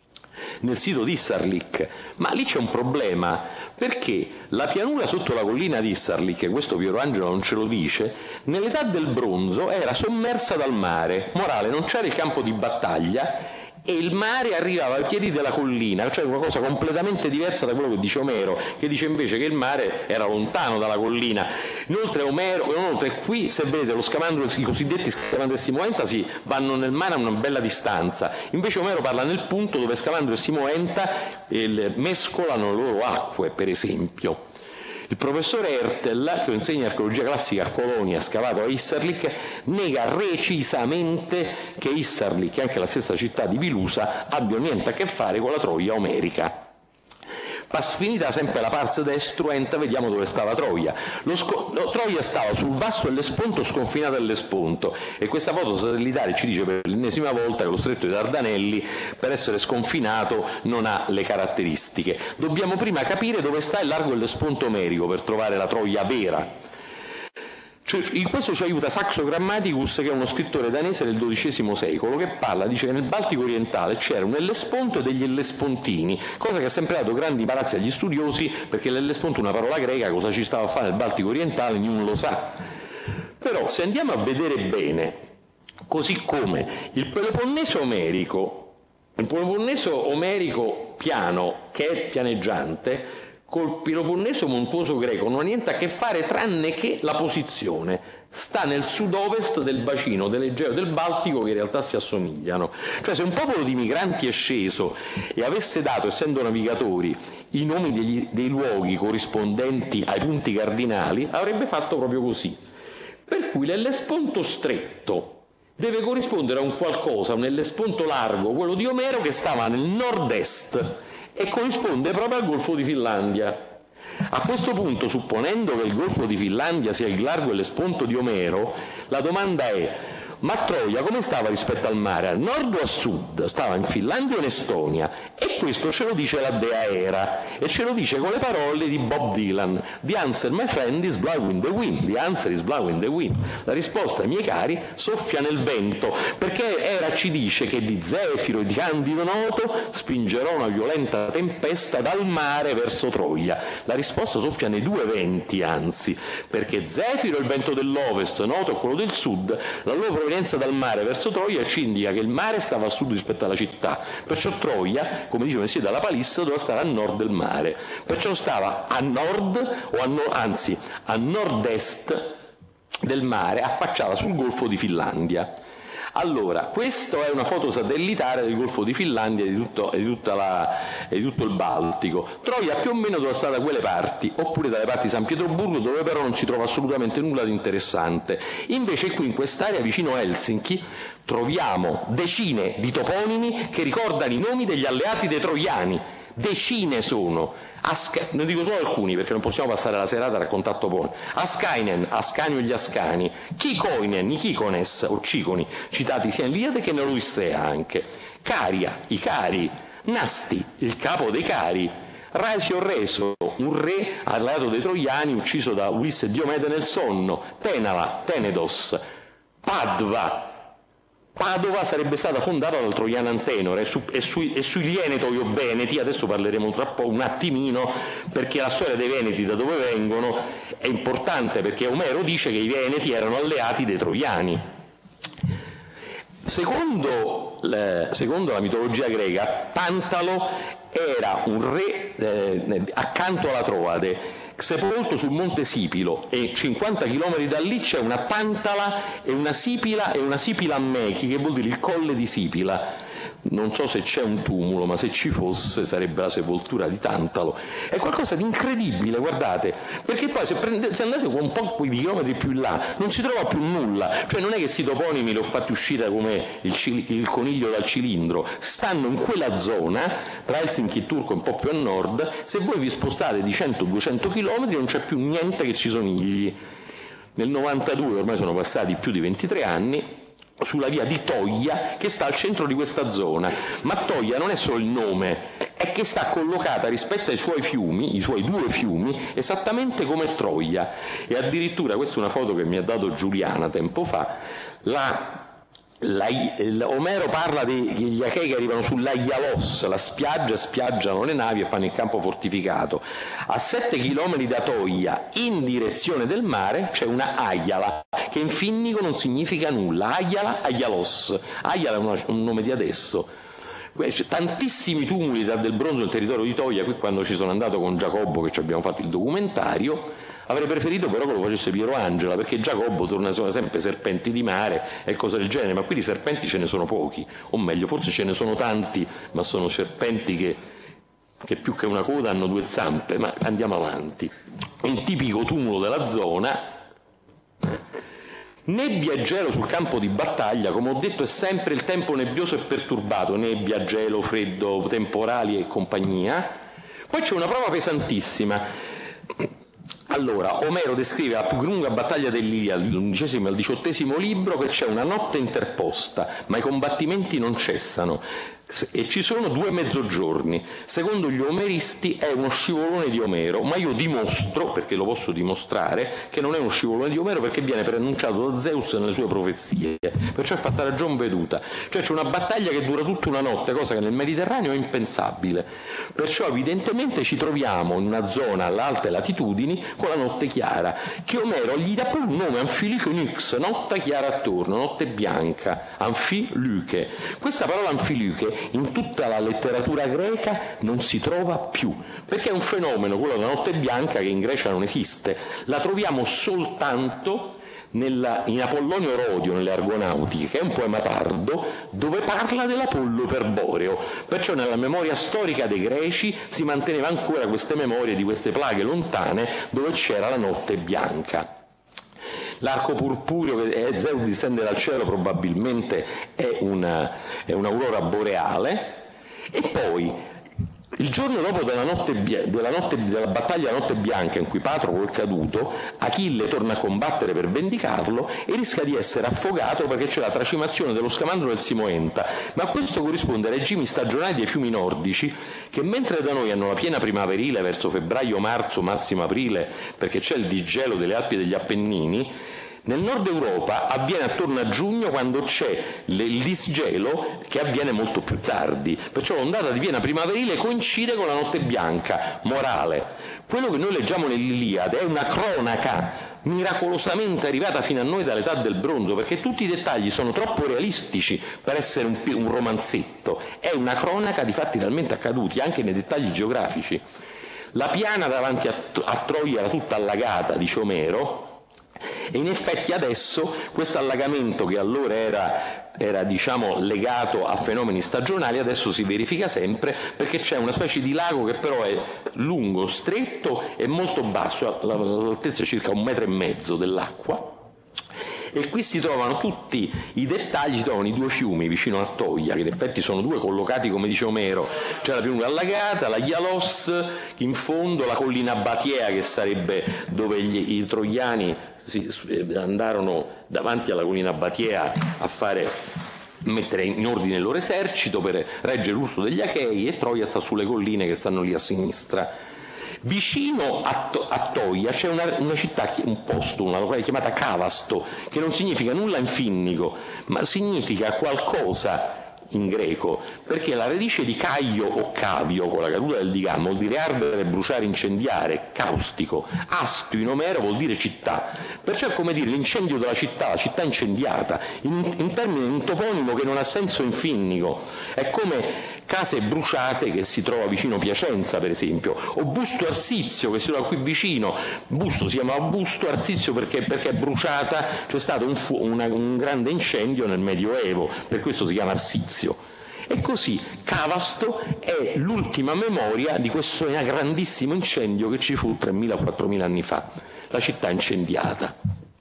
nel sito di Issarlik. Ma lì c'è un problema, perché la pianura sotto la collina di Issarlik, questo Piero Angelo non ce lo dice, nell'età del bronzo era sommersa dal mare. Morale, non c'era il campo di battaglia e il mare arrivava ai piedi della collina, cioè una cosa completamente diversa da quello che dice Omero, che dice invece che il mare era lontano dalla collina. Inoltre Omero, inoltre qui, se vedete, lo scamandro, i cosiddetti Scamandro e Simoentasi vanno nel mare a una bella distanza, invece Omero parla nel punto dove Scamandro e Simoenta eh, mescolano le loro acque, per esempio. Il professore Ertel, che insegna archeologia classica a Colonia, scavato a Issarlik, nega recisamente che Issarlik e anche la stessa città di Vilusa abbiano niente a che fare con la Troia omerica. Finita sempre la pars destruenta, vediamo dove stava Troia. Lo sco- no, Troia stava sul vasto dell'Esponto, sconfinata dell'Esponto, e questa foto satellitare ci dice per l'ennesima volta che lo stretto dei Dardanelli, per essere sconfinato, non ha le caratteristiche. Dobbiamo prima capire dove sta il largo dell'Esponto omerico per trovare la Troia vera. Cioè, in questo ci aiuta Saxo Grammaticus, che è uno scrittore danese del dodicesimo secolo, che parla, dice che nel Baltico orientale c'era un Ellesponto e degli Ellespontini, cosa che ha sempre dato grandi imbarazzi agli studiosi, perché l'Ellesponto è una parola greca, cosa ci stava a fare nel Baltico orientale nessuno lo sa. Però se andiamo a vedere bene, così come il Peloponneso omerico, il Peloponneso omerico piano, che è pianeggiante, col Peloponneso montuoso greco non ha niente a che fare tranne che la posizione. Sta nel sud-ovest del bacino dell'Egeo e del Baltico, che in realtà si assomigliano. Cioè, se un popolo di migranti è sceso e avesse dato, essendo navigatori, i nomi degli, dei luoghi corrispondenti ai punti cardinali, avrebbe fatto proprio così. Per cui l'Ellesponto stretto deve corrispondere a un qualcosa, un Ellesponto largo, quello di Omero, che stava nel nord-est e corrisponde proprio al Golfo di Finlandia. A questo punto, supponendo che il Golfo di Finlandia sia il largo Ellesponto di Omero, la domanda è: ma Troia come stava rispetto al mare? A nord o a sud? Stava in Finlandia o in Estonia? E questo ce lo dice la dea Era, e ce lo dice con le parole di Bob Dylan: The answer, my friend, is blowing the wind. The answer is blowing the wind. La risposta, miei cari, soffia nel vento, perché Era ci dice che di Zefiro e di Candido Noto spingerò una violenta tempesta dal mare verso Troia. La risposta soffia nei due venti, anzi, perché Zefiro è il vento dell'ovest, Noto è quello del sud, la loro provenienza dal mare verso Troia ci indica che il mare stava a sud rispetto alla città, perciò Troia, come dice Messia dalla Palissa, doveva stare a nord del mare, perciò stava a nord, o a no, anzi a nord-est del mare, affacciata sul Golfo di Finlandia. Allora, questa è una foto satellitare del Golfo di Finlandia e di, tutto, e di, tutta la, e di tutto il Baltico. Troia più o meno dove sta da quelle parti, oppure dalle parti di San Pietroburgo, dove però non si trova assolutamente nulla di interessante. Invece qui in quest'area vicino a Helsinki troviamo decine di toponimi che ricordano i nomi degli alleati dei troiani. Decine sono. Asca- ne dico solo alcuni perché non possiamo passare la serata a raccontare toponi. Askainen, Ascanio e gli Ascani, Kikoinen, i Kikones o Ciconi, citati sia in Iliade che nell'Odissea anche, Caria, i Cari, Nasti, il capo dei Cari, Rasio Reso, un re alleato dei Troiani ucciso da Ulisse e Diomede nel sonno, Tenala, Tenedos, Padva. Padova sarebbe stata fondata dal troiano Antenore e, su, e, sui, e sui Lienetoi o Veneti, adesso parleremo tra poco un attimino, perché la storia dei Veneti, da dove vengono, è importante, perché Omero dice che i Veneti erano alleati dei troiani. Secondo, le, secondo la mitologia greca, Tantalo era un re eh, accanto alla Troade, sepolto sul monte Sipilo, e cinquanta chilometri da lì c'è una Tantala e una Sipila e una Sipila a Mechi, che vuol dire il colle di Sipila. Non so se c'è un tumulo, ma se ci fosse sarebbe la sepoltura di Tantalo. È qualcosa di incredibile, guardate, perché poi se, prendete, se andate un po' di chilometri più in là non si trova più nulla, cioè non è che sti toponimi li ho fatti uscire come il, il coniglio dal cilindro, stanno in quella zona tra Helsinki e Turku, un po' più a nord. Se voi vi spostate di cento duecento chilometri non c'è più niente che ci somigli. Nel novantadue, ormai sono passati più di ventitré anni, sulla via di Toia, che sta al centro di questa zona, ma Toia non è solo il nome, è che sta collocata rispetto ai suoi fiumi, i suoi due fiumi, esattamente come Troia. E addirittura, questa è una foto che mi ha dato Giuliana tempo fa, la La, Omero parla degli Achei che arrivano sulla Ialos, la spiaggia, spiaggiano le navi e fanno il campo fortificato. A sette chilometri da Toia, in direzione del mare, c'è una Aiala, che in finnico non significa nulla. Aiala, Aialos. Aiala è una, un nome di adesso. C'è tantissimi tumuli del bronzo nel territorio di Toia. Qui, quando ci sono andato con Giacobbo, che ci abbiamo fatto il documentario, avrei preferito però che lo facesse Piero Angela, perché Giacobbo torna sempre serpenti di mare e cose del genere, ma qui di serpenti ce ne sono pochi, o meglio forse ce ne sono tanti, ma sono serpenti che, che più che una coda hanno due zampe. Ma andiamo avanti. Un tipico tumulo della zona. Nebbia e gelo sul campo di battaglia, come ho detto, è sempre il tempo nebbioso e perturbato, nebbia, gelo, freddo, temporali e compagnia. Poi c'è una prova pesantissima. Allora, Omero descrive la più lunga battaglia dell'Iliade, dall'undicesimo al diciottesimo libro, che c'è una notte interposta, ma i combattimenti non cessano, e ci sono due mezzogiorni. Secondo gli omeristi è uno scivolone di Omero, ma io dimostro, perché lo posso dimostrare, che non è uno scivolone di Omero, perché viene preannunciato da Zeus nelle sue profezie, perciò è fatta ragion veduta. Cioè c'è una battaglia che dura tutta una notte, cosa che nel Mediterraneo è impensabile, perciò evidentemente ci troviamo in una zona alle alte latitudini con la notte chiara, che Omero gli dà pure un nome, Anfilyke Nyx, notte chiara attorno, notte bianca, Anfilyke. Questa parola Anfilyke in tutta la letteratura greca non si trova più, perché è un fenomeno, quello della notte bianca, che in Grecia non esiste, la troviamo soltanto nella, in Apollonio Rodio, nelle Argonautiche, che è un poema tardo, dove parla dell'Apollo iperboreo. Perciò nella memoria storica dei greci si manteneva ancora queste memorie di queste plaghe lontane dove c'era la notte bianca. L'arco purpureo che Zeus distende dal cielo probabilmente è, una, è un'aurora boreale. E poi il giorno dopo della, notte, della, notte, della battaglia della notte bianca, in cui Patroclo è caduto, Achille torna a combattere per vendicarlo e rischia di essere affogato perché c'è la tracimazione dello scamandro del Simoenta. Ma questo corrisponde ai regimi stagionali dei fiumi nordici, che mentre da noi hanno la piena primaverile verso febbraio-marzo, massimo aprile, perché c'è il disgelo delle Alpi e degli Appennini, nel nord Europa avviene attorno a giugno, quando c'è il disgelo che avviene molto più tardi, perciò l'ondata di piena primaverile coincide con la notte bianca. Morale: quello che noi leggiamo nell'Iliade è una cronaca miracolosamente arrivata fino a noi dall'età del bronzo, perché tutti i dettagli sono troppo realistici per essere un, un romanzetto, è una cronaca di fatti realmente accaduti, anche nei dettagli geografici. La piana davanti a, a Troia era tutta allagata, dice Omero, e in effetti adesso questo allagamento, che allora era, era diciamo legato a fenomeni stagionali, adesso si verifica sempre, perché c'è una specie di lago che però è lungo, stretto e molto basso, l'altezza è circa un metro e mezzo dell'acqua. E qui si trovano tutti i dettagli, si trovano i due fiumi vicino a Toia, che in effetti sono due collocati, come dice Omero, c'è la pianura allagata, la Ialos, in fondo la collina Batiea, che sarebbe dove gli, i troiani si, andarono davanti alla collina Batiea a fare, mettere in ordine il loro esercito per reggere l'urto degli Achei, e Troia sta sulle colline che stanno lì a sinistra. Vicino a, to- a Toia c'è una, una città, un posto, una località chiamata Cavasto, che non significa nulla in finnico, ma significa qualcosa in greco, perché la radice di caio o cavio, con la caduta del digamo, vuol dire ardere, bruciare, incendiare, caustico. Astio in Omero vuol dire città, perciò è come dire l'incendio della città, la città incendiata, in, in termini, un toponimo che non ha senso in finnico. È come case bruciate che si trova vicino Piacenza, per esempio, o Busto Arsizio, che si trova qui vicino. Busto si chiama Busto, Arsizio perché, perché è bruciata, c'è stato un, fu- una, un grande incendio nel Medioevo, per questo si chiama Arsizio. E così Cavasto è l'ultima memoria di questo grandissimo incendio che ci fu tremila quattromila anni fa, la città incendiata.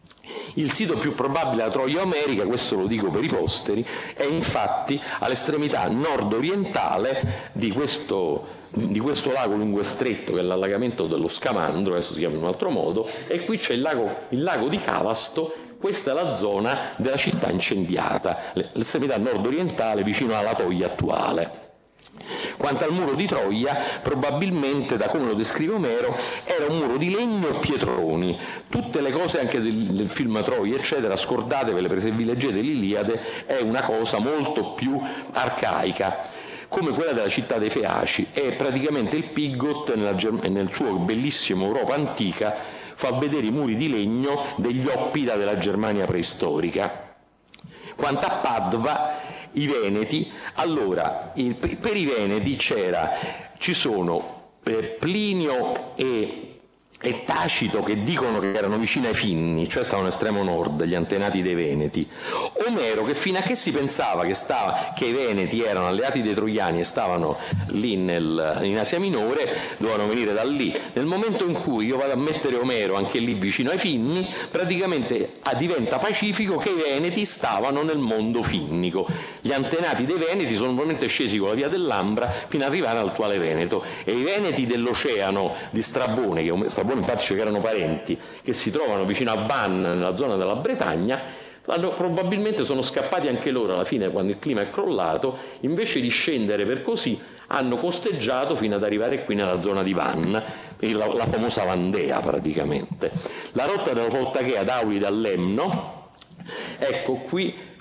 Il sito più probabile della Troia omerica, questo lo dico per i posteri, è infatti all'estremità nord-orientale di questo, di questo lago lungo e stretto, che è l'allagamento dello Scamandro, adesso si chiama in un altro modo, e qui c'è il lago, il lago di Cavasto. Questa è la zona della città incendiata, l'estremità nord-orientale vicino alla Toia attuale. Quanto al muro di Troia, probabilmente, da come lo descrive Omero, era un muro di legno e pietroni. Tutte le cose, anche del, del film Troia, eccetera, scordatevele, perché se vi leggete l'Iliade è una cosa molto più arcaica, come quella della città dei Feaci. È praticamente il Pigott, nella, nel suo bellissimo Europa antica, fa vedere i muri di legno degli Oppida della Germania preistorica. Quanto a Padova, i Veneti, allora, il, per i Veneti c'era, ci sono eh, Plinio e, e Tacito che dicono che erano vicini ai Finni, cioè stavano all'estremo nord, gli antenati dei Veneti. Omero, che fino a che si pensava che, stava, che i Veneti erano alleati dei Troiani e stavano lì nel, in Asia Minore, dovevano venire da lì. Nel momento in cui io vado a mettere Omero anche lì vicino ai Finni, praticamente ah, diventa pacifico che i Veneti stavano nel mondo finnico. Gli antenati dei Veneti sono probabilmente scesi con la via dell'Ambra fino ad arrivare all'attuale Veneto, e i Veneti dell'Oceano di Strabone, che Strabone infatti che erano parenti, che si trovano vicino a Vannes, nella zona della Bretagna, hanno, probabilmente sono scappati anche loro alla fine, quando il clima è crollato, invece di scendere per così hanno costeggiato fino ad arrivare qui nella zona di Vannes, la, la famosa Vandea praticamente. La rotta della Fottachea da Aulide a Lemno, ecco qui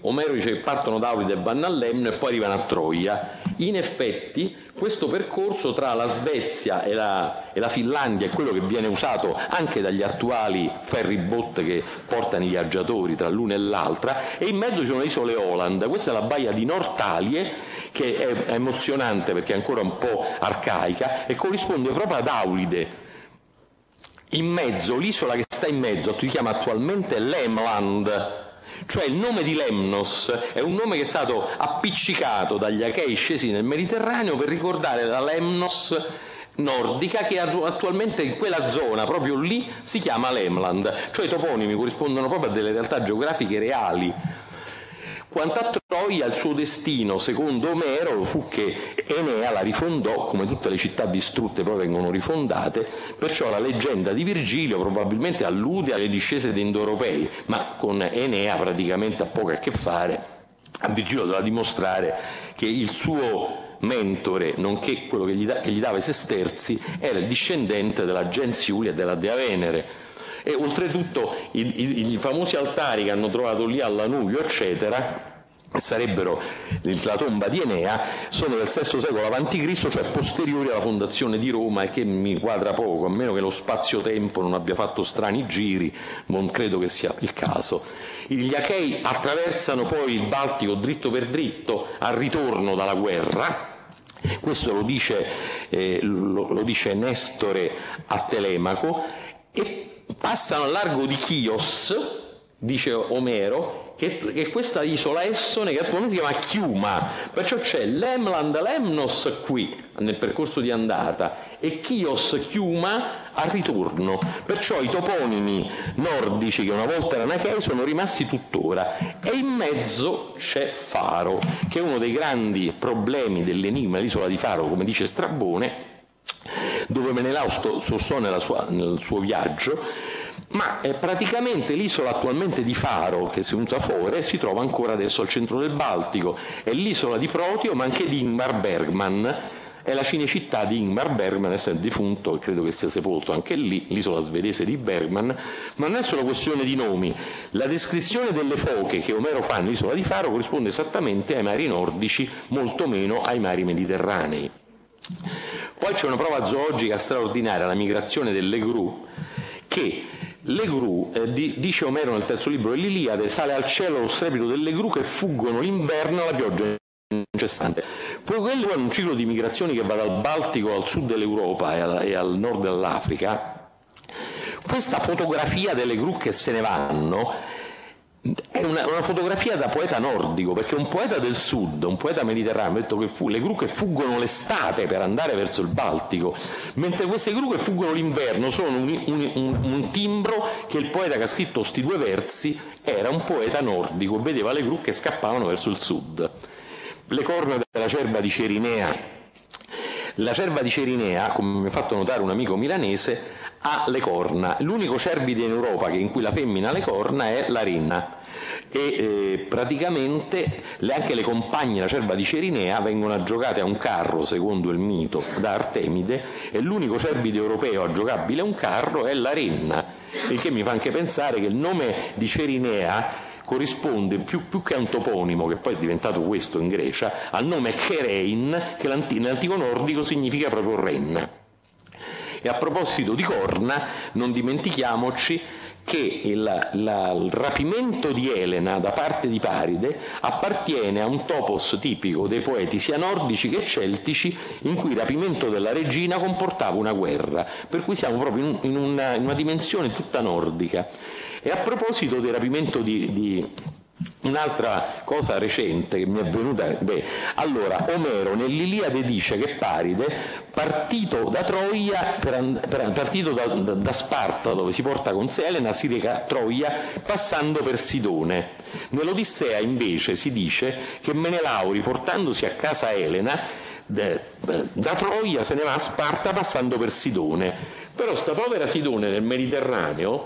Omero dice che partono da Aulide e vanno a Lemno e poi arrivano a Troia. In effetti questo percorso tra la Svezia e la, e la Finlandia è quello che viene usato anche dagli attuali ferry boat che portano i viaggiatori tra l'una e l'altra, e in mezzo ci sono le isole Åland. Questa è la baia di Norrtalie, che è, è emozionante perché è ancora un po' arcaica e corrisponde proprio ad Aulide. In mezzo, l'isola che sta in mezzo si chiama attualmente Lemland, cioè il nome di Lemnos è un nome che è stato appiccicato dagli Achei scesi nel Mediterraneo per ricordare la Lemnos nordica che attualmente in quella zona, proprio lì, si chiama Lemland, cioè i toponimi corrispondono proprio a delle realtà geografiche reali. Quanto a Troia, il suo destino, secondo Omero, fu che Enea la rifondò, come tutte le città distrutte poi vengono rifondate, perciò la leggenda di Virgilio probabilmente allude alle discese dei indoeuropei, ma con Enea praticamente ha poco a che fare. A Virgilio doveva dimostrare che il suo mentore, nonché quello che gli, da, che gli dava i sesterzi, era il discendente della gens Iulia e della dea Venere. E oltretutto i, i, i famosi altari che hanno trovato lì a Lanuio, eccetera, sarebbero la tomba di Enea, sono del sesto secolo avanti Cristo, cioè posteriori alla fondazione di Roma, e che mi quadra poco, a meno che lo spazio-tempo non abbia fatto strani giri, non credo che sia il caso. Gli Achei attraversano poi il Baltico dritto per dritto al ritorno dalla guerra. Questo lo dice, eh, lo, lo dice Nestore a Telemaco, e passano al largo di Chios, dice Omero, che, che questa isola Essone, che attualmente si chiama Chiuma, perciò c'è Lemland, Lemnos qui nel percorso di andata e Chios, Chiuma al ritorno, perciò i toponimi nordici che una volta erano Achei sono rimasti tuttora, e in mezzo c'è Faro, che è uno dei grandi problemi dell'enigma dell'isola di Faro, come dice Strabone, dove Menelao sossò nella sua, nel suo viaggio, ma è praticamente l'isola attualmente di Faro, che si usa Fore, si trova ancora adesso al centro del Baltico, è l'isola di Protio, ma anche di Ingmar Bergman, è la cinecittà di Ingmar Bergman, essendo defunto, e credo che sia sepolto anche lì, l'isola svedese di Bergman. Ma non è solo questione di nomi, la descrizione delle foche che Omero fa nell'isola di Faro corrisponde esattamente ai mari nordici, molto meno ai mari mediterranei. Poi c'è una prova zoologica straordinaria, la migrazione delle gru, che le gru, eh, di, dice Omero nel terzo libro dell'Iliade, sale al cielo lo strepito delle gru che fuggono l'inverno alla pioggia incessante. Poi quello è un ciclo di migrazioni che va dal Baltico al sud dell'Europa e al, e al nord dell'Africa. Questa fotografia delle gru che se ne vanno è una, una fotografia da poeta nordico, perché un poeta del sud, un poeta mediterraneo, ha detto che fu, le gru che fuggono l'estate per andare verso il Baltico, mentre queste gru che fuggono l'inverno sono un, un, un, un timbro che il poeta che ha scritto questi due versi era un poeta nordico, vedeva le gru che scappavano verso il sud. Le corna della cerva di Cerinea. La cerva di Cerinea, come mi ha fatto notare un amico milanese, ha le corna. L'unico cervide in Europa che in cui la femmina ha le corna è la renna, e eh, praticamente le, anche le compagne della cerva di Cerinea vengono aggiocate a un carro, secondo il mito, da Artemide, e l'unico cervide europeo aggiocabile a un carro è la renna, il che mi fa anche pensare che il nome di Cerinea corrisponde più, più che a un toponimo, che poi è diventato questo in Grecia, al nome Cherein, che nell'antico nordico significa proprio renna. E a proposito di corna, non dimentichiamoci che il, la, il rapimento di Elena da parte di Paride appartiene a un topos tipico dei poeti sia nordici che celtici, in cui il rapimento della regina comportava una guerra, per cui siamo proprio in, in, una, in una dimensione tutta nordica. E a proposito del rapimento di, di un'altra cosa recente che mi è venuta, beh, allora Omero nell'Iliade dice che Paride, partito da Troia, per, per, partito da, da, da Sparta, dove si porta con sé Elena, si reca a Troia passando per Sidone. Nell'Odissea invece si dice che Menelao, riportandosi a casa Elena, da, da Troia se ne va a Sparta passando per Sidone. Però sta povera Sidone nel Mediterraneo,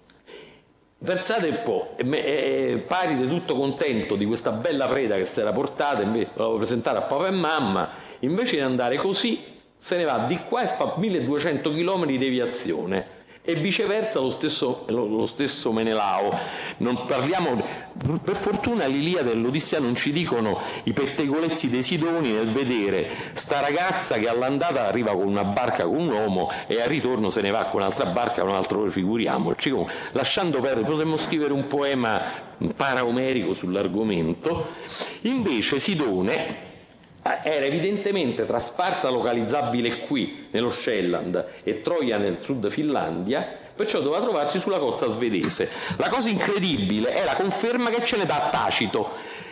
pensate un po', e, e Paride tutto contento di questa bella preda che si era portata, invece la volevo presentare a papà e mamma, invece di andare così se ne va di qua e fa milleduecento chilometri di deviazione, E viceversa lo stesso, lo, lo stesso Menelao. Non parliamo, per fortuna l'Iliade e l'Odissea non ci dicono i pettegolezzi dei Sidoni nel vedere sta ragazza che all'andata arriva con una barca con un uomo e al ritorno se ne va con un'altra barca con un altro, figuriamoci. Lasciando perdere, potremmo scrivere un poema paraomerico sull'argomento. Invece Sidone era evidentemente tra Sparta localizzabile qui nello Shetland e Troia nel sud Finlandia, perciò doveva trovarsi sulla costa svedese. La cosa incredibile è la conferma che ce ne dà Tacito: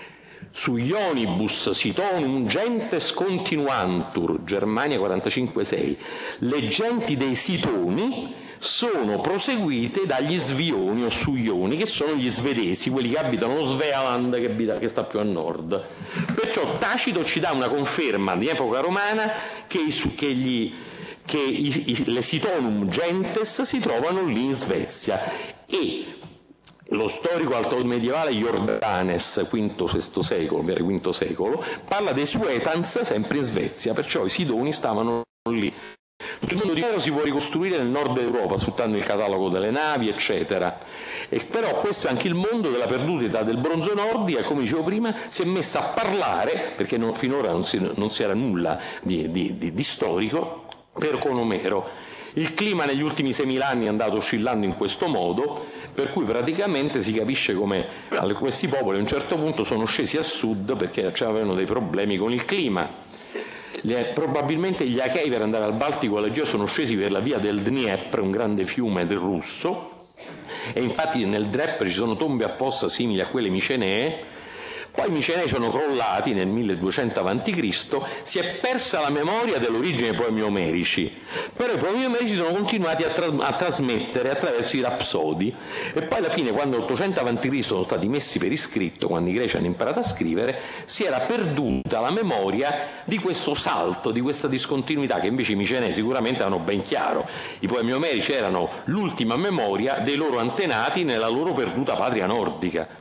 su Ionibus Sitonum gentes continuantur, Germania quarantacinque sei, le genti dei Sitoni sono proseguite dagli Svioni o Suioni, che sono gli svedesi, quelli che abitano lo Svealand, che, abita, che sta più a nord. Perciò Tacito ci dà una conferma di epoca romana che, i, che, gli, che i, i, le Sitonum gentes si trovano lì in Svezia, e lo storico altomedievale Jordanes, quinto sesto secolo, per quinto secolo, parla dei Suetans sempre in Svezia, perciò i Sidoni stavano lì. Tutto il mondo di Omero si può ricostruire nel nord Europa sfruttando il catalogo delle navi, eccetera. E però questo è anche il mondo della perduta età del bronzo nordica, come dicevo prima, si è messa a parlare, perché non, finora non si, non si era nulla di, di, di, di storico, per con Omero. Il clima negli ultimi seimila anni è andato oscillando in questo modo, per cui praticamente si capisce come questi popoli a un certo punto sono scesi a sud perché avevano dei problemi con il clima. Probabilmente gli Achei per andare al Baltico e all'Egeo sono scesi per la via del Dniepr, un grande fiume del russo, e infatti nel Dniepr ci sono tombe a fossa simili a quelle micenee. Poi i Micenei sono crollati nel milleduecento avanti Cristo, si è persa la memoria dell'origine dei poemi omerici, però i poemi omerici sono continuati a, tra- a trasmettere attraverso i rapsodi, e poi alla fine, quando ottocento avanti Cristo sono stati messi per iscritto, quando i greci hanno imparato a scrivere, si era perduta la memoria di questo salto, di questa discontinuità, che invece i Micenei sicuramente avevano ben chiaro. I poemi omerici erano l'ultima memoria dei loro antenati nella loro perduta patria nordica.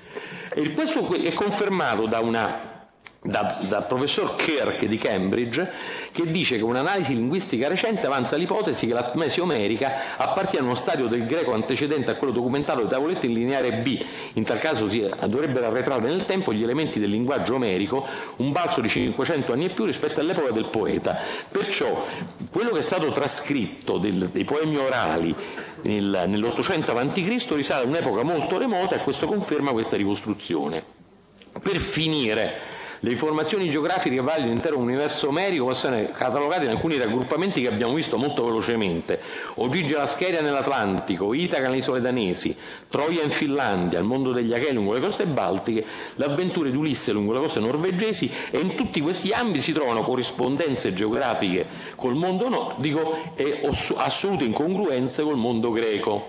E questo è confermato da una da, dal professor Kirk di Cambridge, che dice che un'analisi linguistica recente avanza l'ipotesi che la Mesi omerica appartiene a uno stadio del greco antecedente a quello documentato da tavolette in lineare B. In tal caso si dovrebbero arretrare nel tempo gli elementi del linguaggio omerico, un balzo di cinquecento anni e più rispetto all'epoca del poeta. Perciò quello che è stato trascritto del, dei poemi orali nel, nell'ottocento avanti Cristo risale a un'epoca molto remota, e questo conferma questa ricostruzione. Per finire, le informazioni geografiche che vagliano l'intero universo omerico possono essere catalogate in alcuni raggruppamenti che abbiamo visto molto velocemente: Ogigi la Scheria nell'Atlantico, Itaca nelle isole danesi, Troia in Finlandia, il mondo degli Achei lungo le coste baltiche, le avventure di Ulisse lungo le coste norvegesi, e in tutti questi ambiti si trovano corrispondenze geografiche col mondo nordico e assolute incongruenze col mondo greco.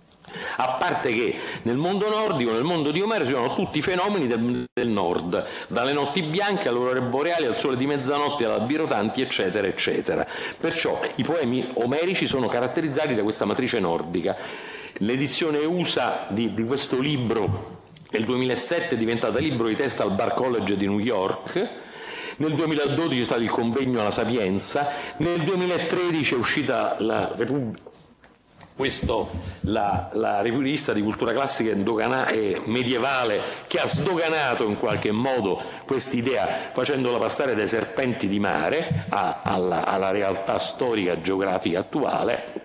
A parte che nel mondo nordico, nel mondo di Omero, ci sono tutti i fenomeni del, del nord, dalle notti bianche alle aurore boreali, al sole di mezzanotte, alle albi rotanti, eccetera, eccetera. Perciò i poemi omerici sono caratterizzati da questa matrice nordica. L'edizione U S A di, di questo libro nel duemilasette è diventata libro di testa al Bar College di New York. Nel duemiladodici è stato il convegno alla Sapienza. Nel duemilatredici è uscita la Repubblica. Questo la, la rivista di cultura classica e medievale, che ha sdoganato in qualche modo quest'idea facendola passare dai serpenti di mare a, alla, alla realtà storica geografica attuale.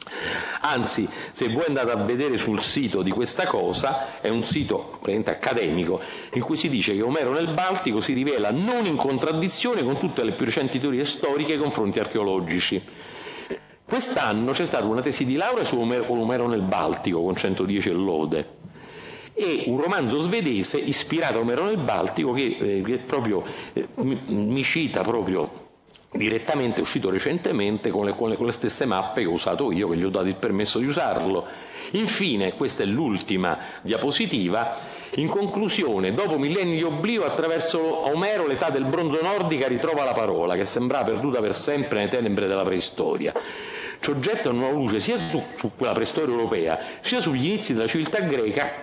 Anzi, se voi andate a vedere sul sito di questa cosa, è un sito praticamente accademico in cui si dice che Omero nel Baltico si rivela non in contraddizione con tutte le più recenti teorie storiche e confronti archeologici. Quest'anno c'è stata una tesi di laurea su Omero, Omero nel Baltico con centodieci lode, e un romanzo svedese ispirato a Omero nel Baltico che, eh, che proprio eh, mi, mi cita proprio direttamente, è uscito recentemente con le, con, le, con le stesse mappe che ho usato io, che gli ho dato il permesso di usarlo. Infine, questa è l'ultima diapositiva. In conclusione, dopo millenni di oblio, attraverso Omero l'età del bronzo nordica ritrova la parola, che sembrava perduta per sempre nelle tenebre della preistoria. Ci getta una nuova luce sia su, su quella preistoria europea, sia sugli inizi della civiltà greca,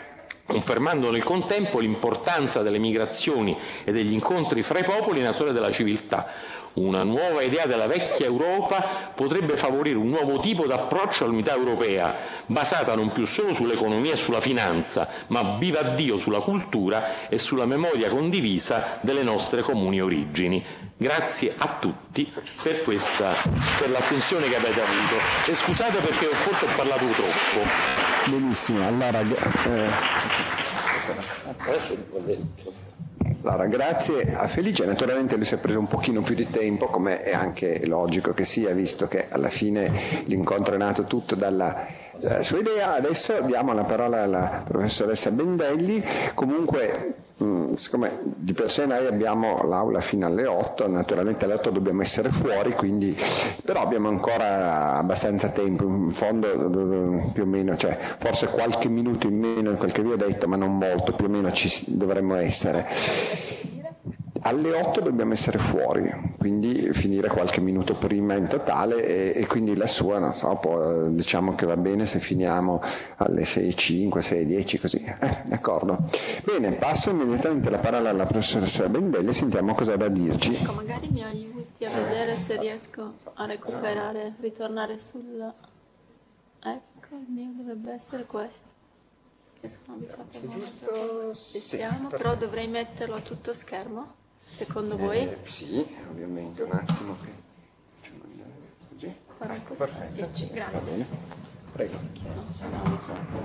confermando nel contempo l'importanza delle migrazioni e degli incontri fra i popoli nella storia della civiltà. Una nuova idea della vecchia Europa potrebbe favorire un nuovo tipo d'approccio all'unità europea, basata non più solo sull'economia e sulla finanza, ma vivaddio sulla cultura e sulla memoria condivisa delle nostre comuni origini. Grazie a tutti per questa, per l'attenzione che avete avuto. E scusate perché forse ho parlato troppo. Benissimo, allora... Eh... Adesso ho detto. Allora, grazie a Felice, naturalmente lui si è preso un pochino più di tempo, come è anche logico che sia, visto che alla fine l'incontro è nato tutto dalla eh, sua idea. Adesso diamo la parola alla professoressa Bendelli. Comunque, mh, siccome di per sé noi abbiamo l'aula fino alle otto, naturalmente alle otto dobbiamo essere fuori, quindi però abbiamo ancora abbastanza tempo, in fondo più o meno, cioè forse qualche minuto in meno di quel che vi ho detto, ma non molto, più o meno ci dovremmo essere. Alle otto dobbiamo essere fuori, quindi finire qualche minuto prima in totale e, e quindi la sua, non so, può, diciamo che va bene se finiamo alle sei e cinque, sei e dieci, così. Eh, d'accordo. Bene, passo immediatamente la parola alla professoressa Bendelli e sentiamo cosa ha da dirci. Ecco, magari mi aiuti a vedere se riesco a recuperare, ritornare sul... Ecco, il mio dovrebbe essere questo. Che sono abituata a giusto? Ci siamo, però dovrei metterlo a tutto schermo? Secondo voi? Eh, sì, ovviamente, un attimo che facciamo vedere così. Ecco, perfetto. Grazie. Prego. Non sono abituata.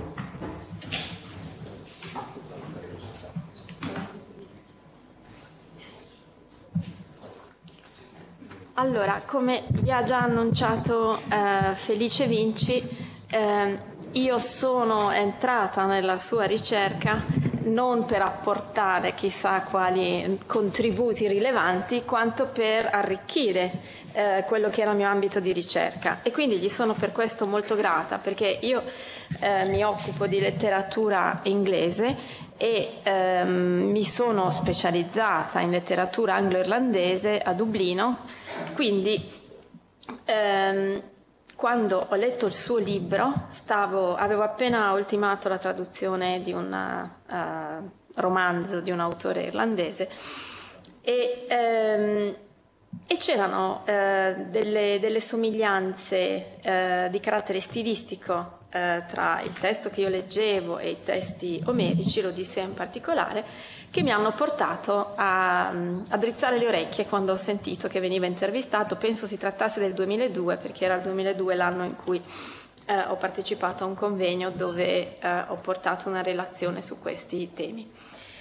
Allora, come vi ha già annunciato eh, Felice Vinci, eh, io sono entrata nella sua ricerca non per apportare chissà quali contributi rilevanti, quanto per arricchire eh, quello che era il mio ambito di ricerca. E quindi gli sono per questo molto grata, perché io eh, mi occupo di letteratura inglese e ehm, mi sono specializzata in letteratura anglo-irlandese a Dublino, quindi ehm, quando ho letto il suo libro, stavo, avevo appena ultimato la traduzione di un uh, romanzo di un autore irlandese e, ehm, e c'erano eh, delle, delle somiglianze eh, di carattere stilistico eh, tra il testo che io leggevo e i testi omerici, l'Odissea in particolare, che mi hanno portato a, a drizzare le orecchie quando ho sentito che veniva intervistato. Penso si trattasse del duemiladue, perché era il duemiladue l'anno in cui eh, ho partecipato a un convegno dove eh, ho portato una relazione su questi temi.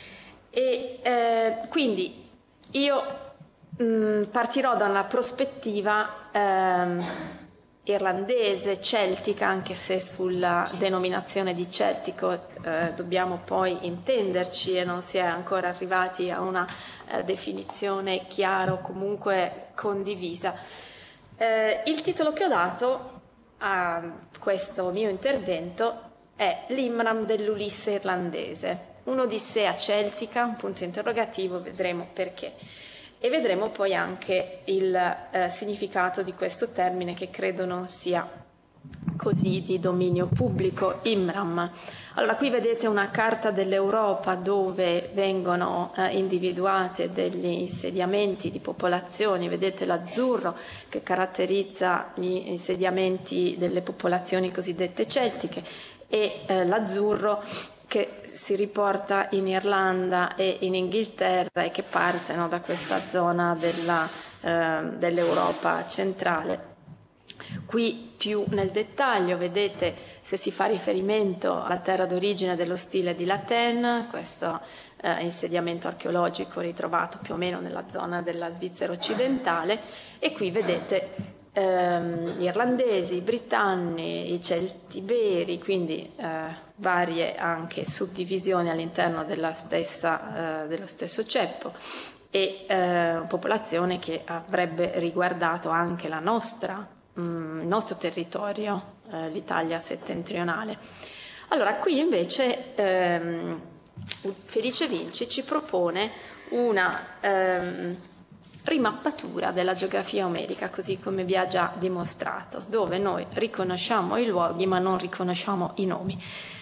E eh, quindi io mh, partirò da una prospettiva ehm, irlandese, celtica, anche se sulla denominazione di celtico eh, dobbiamo poi intenderci e non si è ancora arrivati a una eh, definizione chiara o comunque condivisa. Eh, il titolo che ho dato a questo mio intervento è l'Imram dell'Ulisse irlandese, un'odissea celtica, un punto interrogativo, vedremo perché. E vedremo poi anche il eh, significato di questo termine, che credo non sia così di dominio pubblico, Imram. Allora, qui vedete una carta dell'Europa dove vengono eh, individuate degli insediamenti di popolazioni. Vedete l'azzurro che caratterizza gli insediamenti delle popolazioni cosiddette celtiche e eh, l'azzurro che si riporta in Irlanda e in Inghilterra e che partono da questa zona della, eh, dell'Europa centrale. Qui più nel dettaglio vedete, se si fa riferimento alla terra d'origine dello stile di Laten, questo eh, insediamento archeologico ritrovato più o meno nella zona della Svizzera occidentale, e qui vedete ehm, gli irlandesi, i britanni, i celtiberi, quindi eh, varie anche suddivisioni all'interno della stessa, eh, dello stesso ceppo, e eh, popolazione che avrebbe riguardato anche la nostra, mh, il nostro territorio, eh, l'Italia settentrionale. Allora, qui invece ehm, Felice Vinci ci propone una ehm, rimappatura della geografia omerica, così come vi ha già dimostrato, dove noi riconosciamo i luoghi ma non riconosciamo i nomi.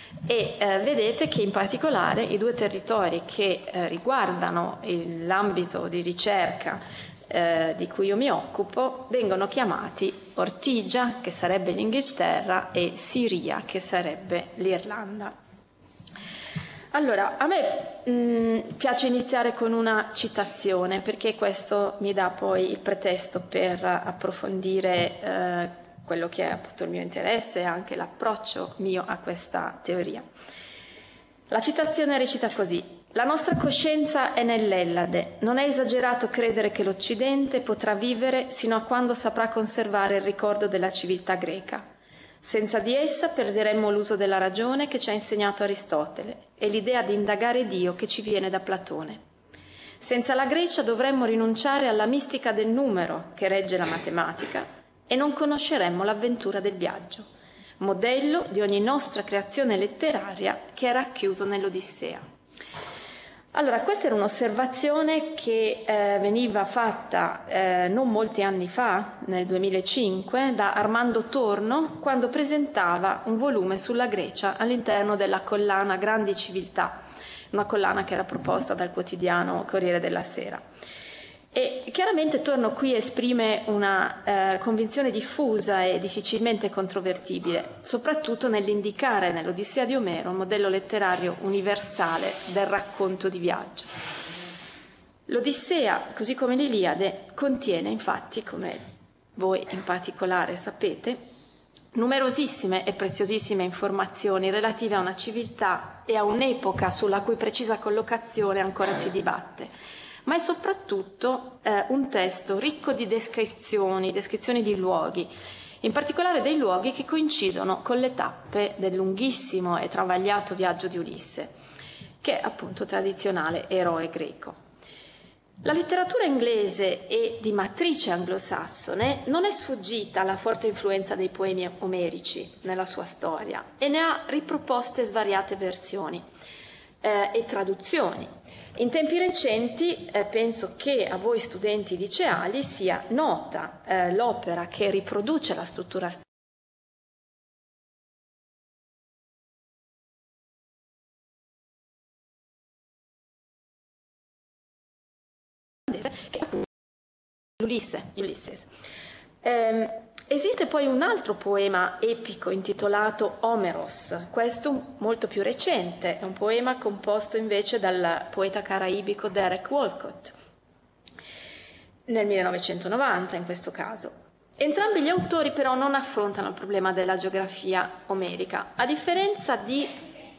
e eh, vedete che in particolare i due territori che eh, riguardano il, l'ambito di ricerca eh, di cui io mi occupo vengono chiamati Ortigia, che sarebbe l'Inghilterra, e Siria, che sarebbe l'Irlanda. Allora, a me mh, piace iniziare con una citazione, perché questo mi dà poi il pretesto per approfondire eh, quello che è appunto il mio interesse e anche l'approccio mio a questa teoria. La citazione recita così: la nostra coscienza è nell'Ellade, non è esagerato credere che l'Occidente potrà vivere sino a quando saprà conservare il ricordo della civiltà greca. Senza di essa perderemmo l'uso della ragione che ci ha insegnato Aristotele e l'idea di indagare Dio che ci viene da Platone. Senza la Grecia dovremmo rinunciare alla mistica del numero che regge la matematica e non conosceremmo l'avventura del viaggio, modello di ogni nostra creazione letteraria che è racchiuso nell'Odissea. Allora, questa era un'osservazione che eh, veniva fatta eh, non molti anni fa, nel duemilacinque, da Armando Torno, quando presentava un volume sulla Grecia all'interno della collana Grandi Civiltà, una collana che era proposta dal quotidiano Corriere della Sera. E chiaramente Torno qui esprime una eh, convinzione diffusa e difficilmente controvertibile, soprattutto nell'indicare nell'Odissea di Omero un modello letterario universale del racconto di viaggio. L'Odissea, così come l'Iliade, contiene infatti, come voi in particolare sapete, numerosissime e preziosissime informazioni relative a una civiltà e a un'epoca sulla cui precisa collocazione ancora si dibatte, ma è soprattutto eh, un testo ricco di descrizioni, descrizioni di luoghi, in particolare dei luoghi che coincidono con le tappe del lunghissimo e travagliato viaggio di Ulisse, che è appunto tradizionale eroe greco. La letteratura inglese e di matrice anglosassone non è sfuggita alla forte influenza dei poemi omerici nella sua storia e ne ha riproposte svariate versioni eh, e traduzioni. In tempi recenti eh, penso che a voi studenti liceali sia nota eh, l'opera che riproduce la struttura che è appunto Ulisse, Ulysses. Eh, esiste poi un altro poema epico intitolato Omeros, questo molto più recente, è un poema composto invece dal poeta caraibico Derek Walcott, nel millenovecentonovanta in questo caso. Entrambi gli autori però non affrontano il problema della geografia omerica, a differenza di...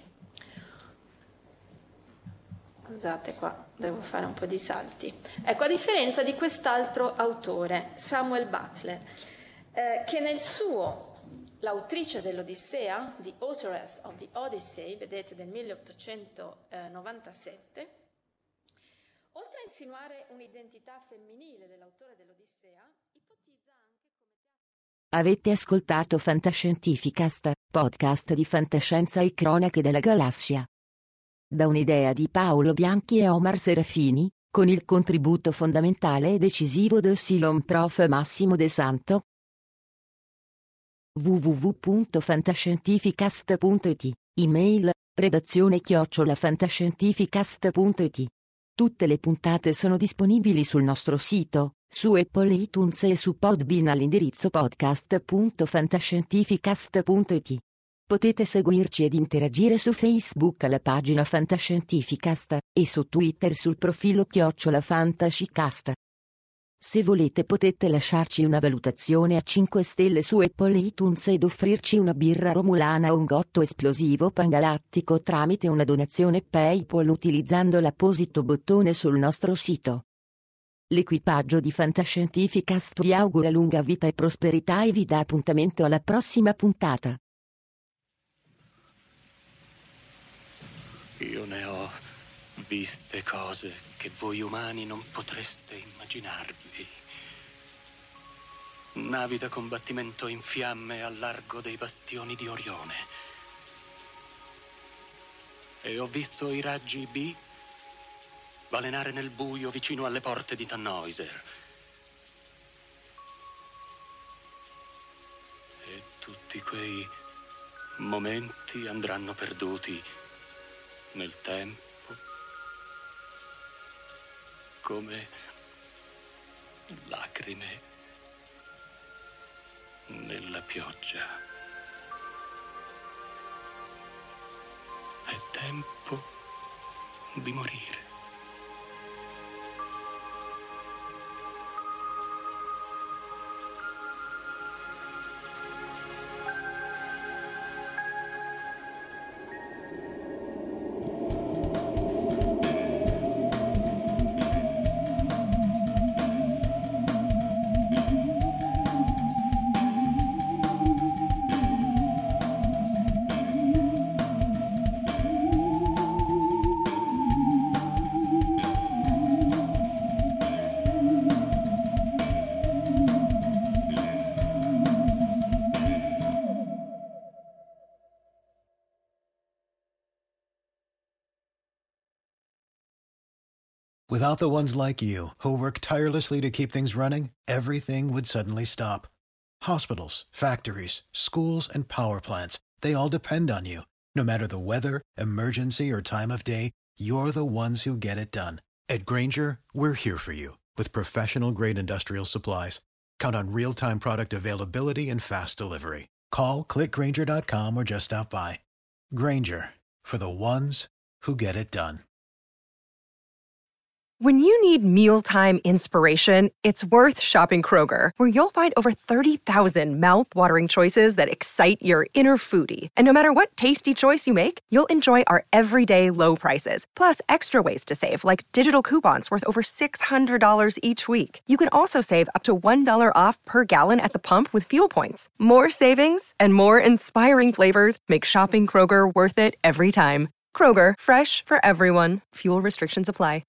Scusate qua, devo fare un po' di salti. Ecco, a differenza di quest'altro autore, Samuel Butler, eh, che nel suo L'autrice dell'Odissea, The Authoress of the Odyssey, vedete, del milleottocentonovantasette, oltre a insinuare un'identità femminile dell'autore dell'Odissea, ipotizza anche come... Avete ascoltato Fantascientificast, podcast di fantascienza e cronache della galassia. Da un'idea di Paolo Bianchi e Omar Serafini, con il contributo fondamentale e decisivo del Silon Prof Massimo De Santo. w w w punto fantascientificast punto i t, email, redazione chiocciola fantascientificast punto i t. Tutte le puntate sono disponibili sul nostro sito, su Apple iTunes e su Podbean all'indirizzo podcast punto fantascientificast punto i t. Potete seguirci ed interagire su Facebook alla pagina Fantascientificast, e su Twitter sul profilo chiocciola Fantascicast. Se volete potete lasciarci una valutazione a cinque stelle su Apple iTunes ed offrirci una birra romulana o un gotto esplosivo pangalattico tramite una donazione PayPal utilizzando l'apposito bottone sul nostro sito. L'equipaggio di Fantascientificast vi augura lunga vita e prosperità e vi dà appuntamento alla prossima puntata. Io ne ho viste cose che voi umani non potreste immaginarvi. Navi da combattimento in fiamme al largo dei bastioni di Orione. E ho visto i raggi B balenare nel buio vicino alle porte di Tannhäuser. E tutti quei Momenti andranno perduti nel tempo, come lacrime nella pioggia. È tempo di morire. Without the ones like you, who work tirelessly to keep things running, everything would suddenly stop. Hospitals, factories, schools, and power plants, they all depend on you. No matter the weather, emergency, or time of day, you're the ones who get it done. At Grainger, we're here for you with professional-grade industrial supplies. Count on real-time product availability and fast delivery. Call, click grainger dot com, or just stop by. Grainger, for the ones who get it done. When you need mealtime inspiration, it's worth shopping Kroger, where you'll find over thirty thousand mouth-watering choices that excite your inner foodie. And no matter what tasty choice you make, you'll enjoy our everyday low prices, plus extra ways to save, like digital coupons worth over six hundred dollars each week. You can also save up to one dollar off per gallon at the pump with fuel points. More savings and more inspiring flavors make shopping Kroger worth it every time. Kroger, fresh for everyone. Fuel restrictions apply.